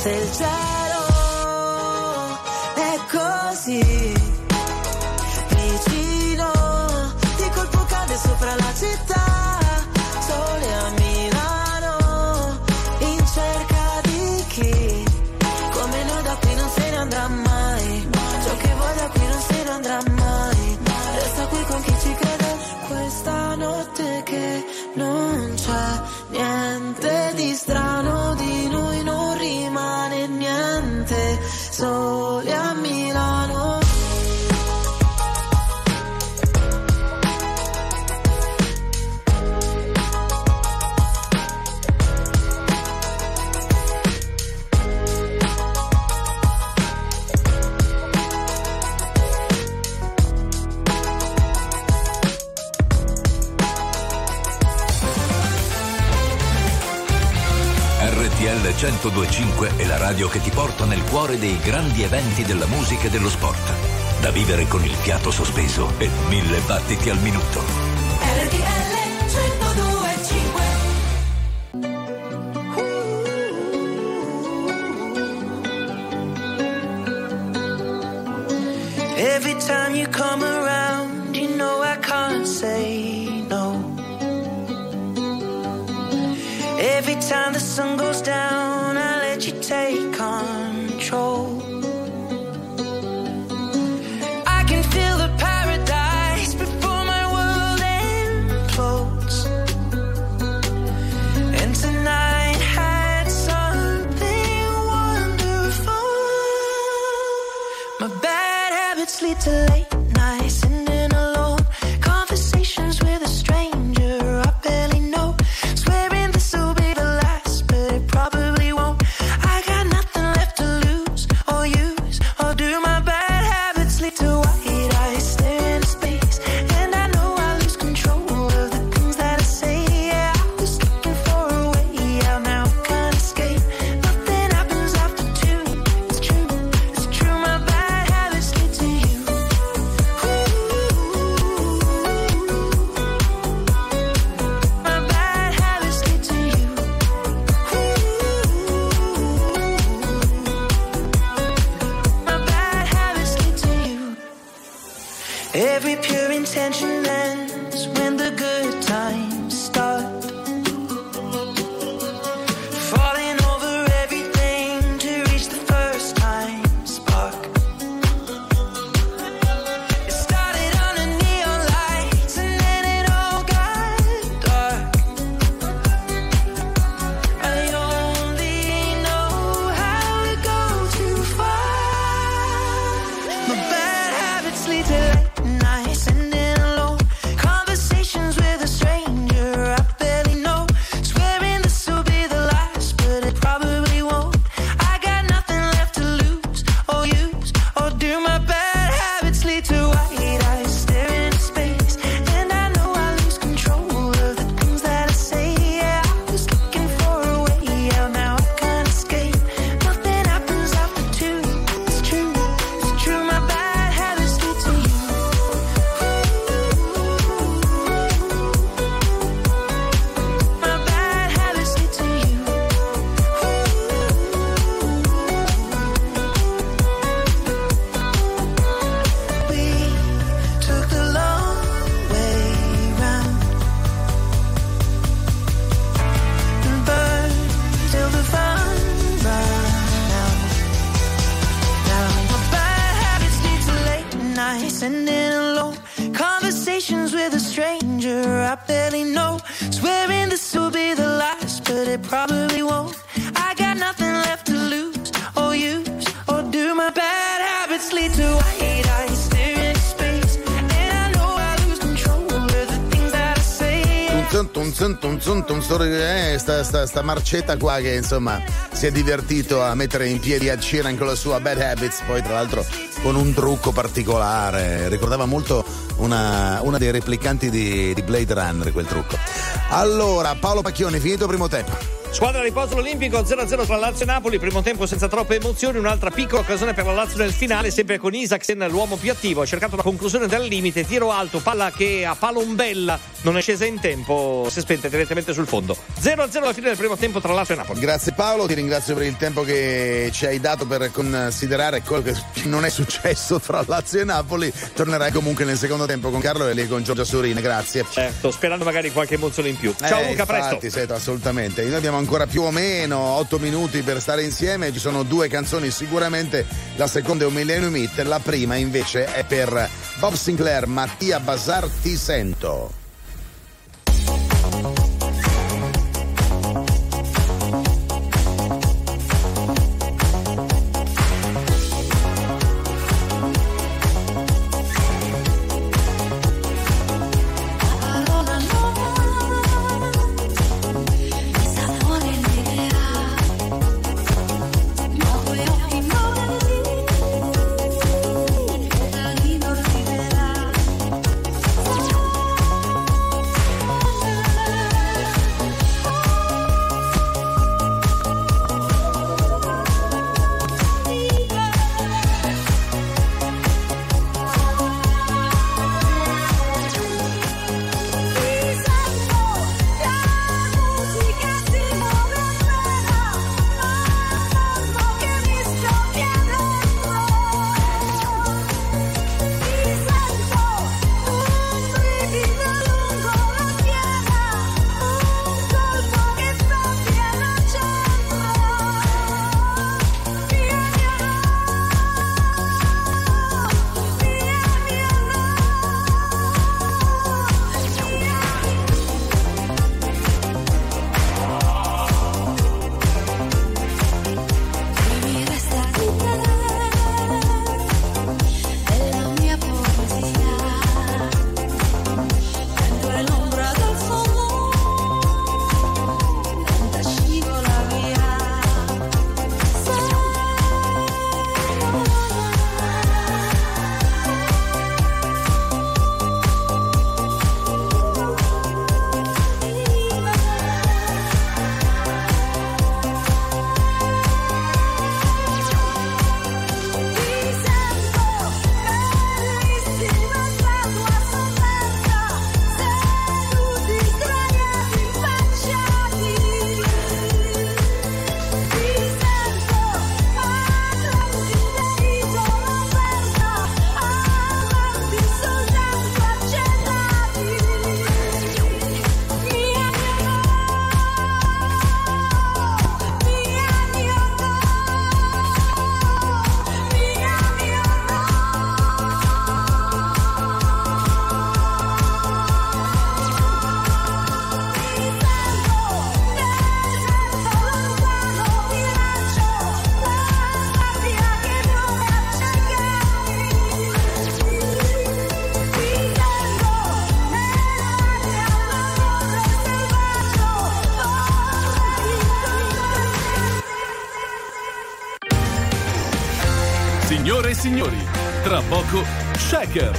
se il cielo è così vicino, di colpo cade sopra la città, sole a Milano, in cerca di chi come noi da qui non se ne andrà mai, ciò che vuoi da qui non se ne andrà mai, resta qui con chi ci crede, questa notte che non c'è niente di strano, di noi non rimane niente, sole a Milano. RTL 102.5 è la radio che ti porta nel cuore dei grandi eventi della musica e dello sport. Da vivere con il fiato sospeso e 1000 battiti al minuto. RTL 102.5. Every time you come around, you know I can't say no. Every time the sun goes down, I let you take control. I can feel the paradise before my world implodes. And tonight had something wonderful. My bad habits lead to late nights, sitting alone, conversations with a stranger I barely know, swearing this will be the last, but it probably won't. I got nothing left to lose or use, or do my bad habits lead to white eyes staring into space, and I know I lose control of the things that I say. Yeah, I was looking for a way out, now I can't escape. Nothing happens after two. It's true, it's true. My bad habits lead to you. My bad habits lead to you. My bad habits lead to you. Every pure intention ends when the good times start. Falling over everything to reach the first time spark. It started under neon lights and then it all got dark. I only know how to go too far. My bad habits lead to late nights, sitting alone, conversations with a stranger I barely know, swearing this will be the last, but it probably won't. I got nothing left to lose or use, or do. My bad habits lead to white eyes staring into space, and I know I lose control of the things that I say. Yeah, I was looking for a way out, now I can't escape. Nothing happens after two. It's true, it's true. My bad habits lead to you. My bad habits lead to you. We took the long way round and burned till the fun ran out. Now my bad habits lead to late nights, sitting alone, conversations with a stranger I barely know, swearing this will be the last, but it probably won't. I got nothing left to lose or use, or do. My bad habits lead to white eyes staring into space, and I know I lose control of the things that I say. Sta marcetta qua che insomma si è divertito a mettere in piedi Ed Sheeran con la sua Bad Habits, poi tra l'altro con un trucco particolare, ricordava molto una dei replicanti di Blade Runner quel trucco. Allora Paolo Pacchioni, finito primo tempo. Squadra riposo olimpico 0-0 tra Lazio e Napoli, primo tempo senza troppe emozioni, un'altra piccola occasione per la Lazio nel finale, sempre con Isaacsen l'uomo più attivo, ha cercato la conclusione dal limite, tiro alto, palla che a palombella non è scesa in tempo, si è spenta direttamente sul fondo. 0-0 alla fine del primo tempo tra Lazio e Napoli. Grazie Paolo, ti ringrazio per il tempo che ci hai dato per considerare quello che non è successo tra Lazio e Napoli. Tornerai comunque nel secondo tempo con Carlo e lì con Giorgia Surina, grazie. Certo, sperando magari qualche emozione in più. Ciao Luca, infatti, presto. Assolutamente. Noi abbiamo ancora più o meno 8 minuti per stare insieme, ci sono 2 canzoni sicuramente, la seconda è un Millennium Hit, la prima invece è per Bob Sinclair, Mattia Bazar, Ti sento. Signore e signori, tra poco Shaker.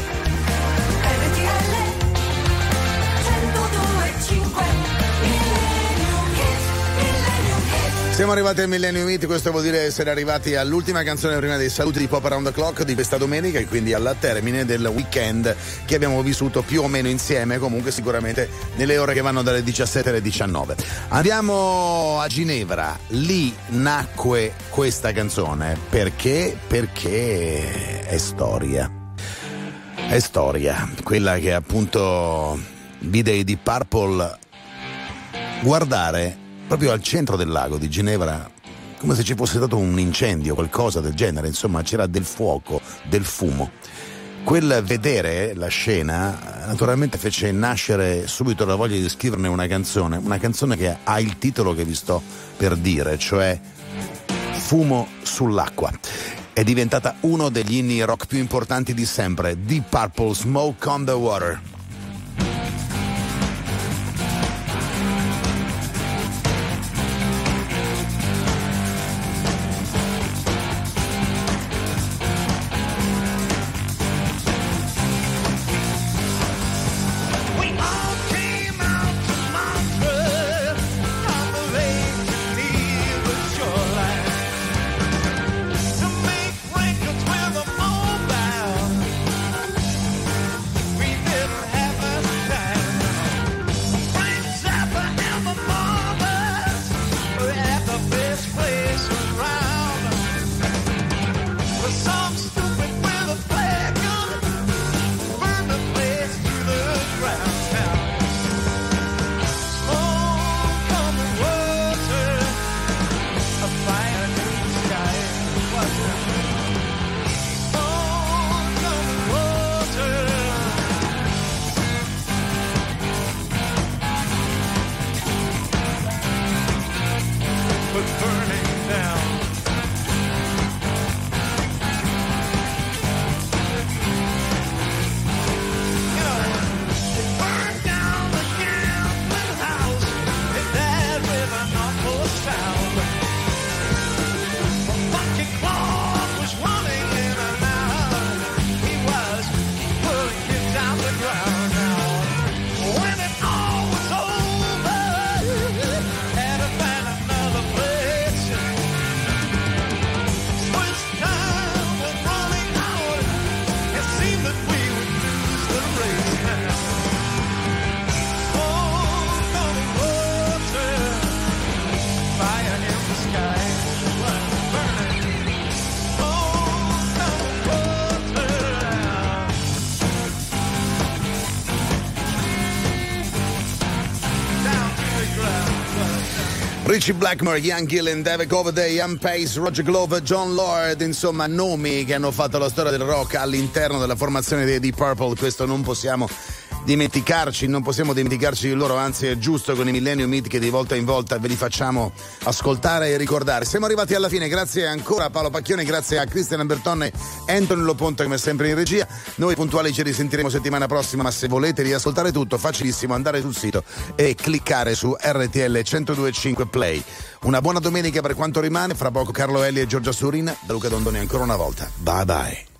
Siamo arrivati al Millennium Hit, questo vuol dire essere arrivati all'ultima canzone prima dei saluti di Pop Around the Clock di questa domenica e quindi al termine del weekend che abbiamo vissuto più o meno insieme, comunque sicuramente nelle ore che vanno dalle 17 alle 19. Andiamo a Ginevra, lì nacque questa canzone, perché è storia. È storia, quella che appunto vide i Deep Purple guardare proprio al centro del lago di Ginevra, come se ci fosse stato un incendio, qualcosa del genere, insomma c'era del fuoco, del fumo. Quel vedere la scena naturalmente fece nascere subito la voglia di scriverne una canzone che ha il titolo che vi sto per dire, cioè Fumo sull'acqua. È diventata uno degli inni rock più importanti di sempre, Deep Purple, Smoke on the Water. Never burning down. Richie Blackmore, Ian Gillan, David Coverdale, Ian Pace, Roger Glover, John Lord, insomma nomi che hanno fatto la storia del rock all'interno della formazione dei Deep Purple. Questo non possiamo dimenticarci di loro, anzi è giusto con i Millennium Hit che di volta in volta ve li facciamo ascoltare e ricordare. Siamo arrivati alla fine, grazie ancora a Paolo Pacchioni, grazie a Cristian Bertonne e Anthony Loponte come sempre in regia. Noi puntuali ci risentiremo settimana prossima, ma se volete riascoltare tutto, facilissimo, andare sul sito e cliccare su RTL 102.5 Play. Una buona domenica per quanto rimane, fra poco Carlo Elli e Giorgia Surin, da Luca Dondoni ancora una volta. Bye bye.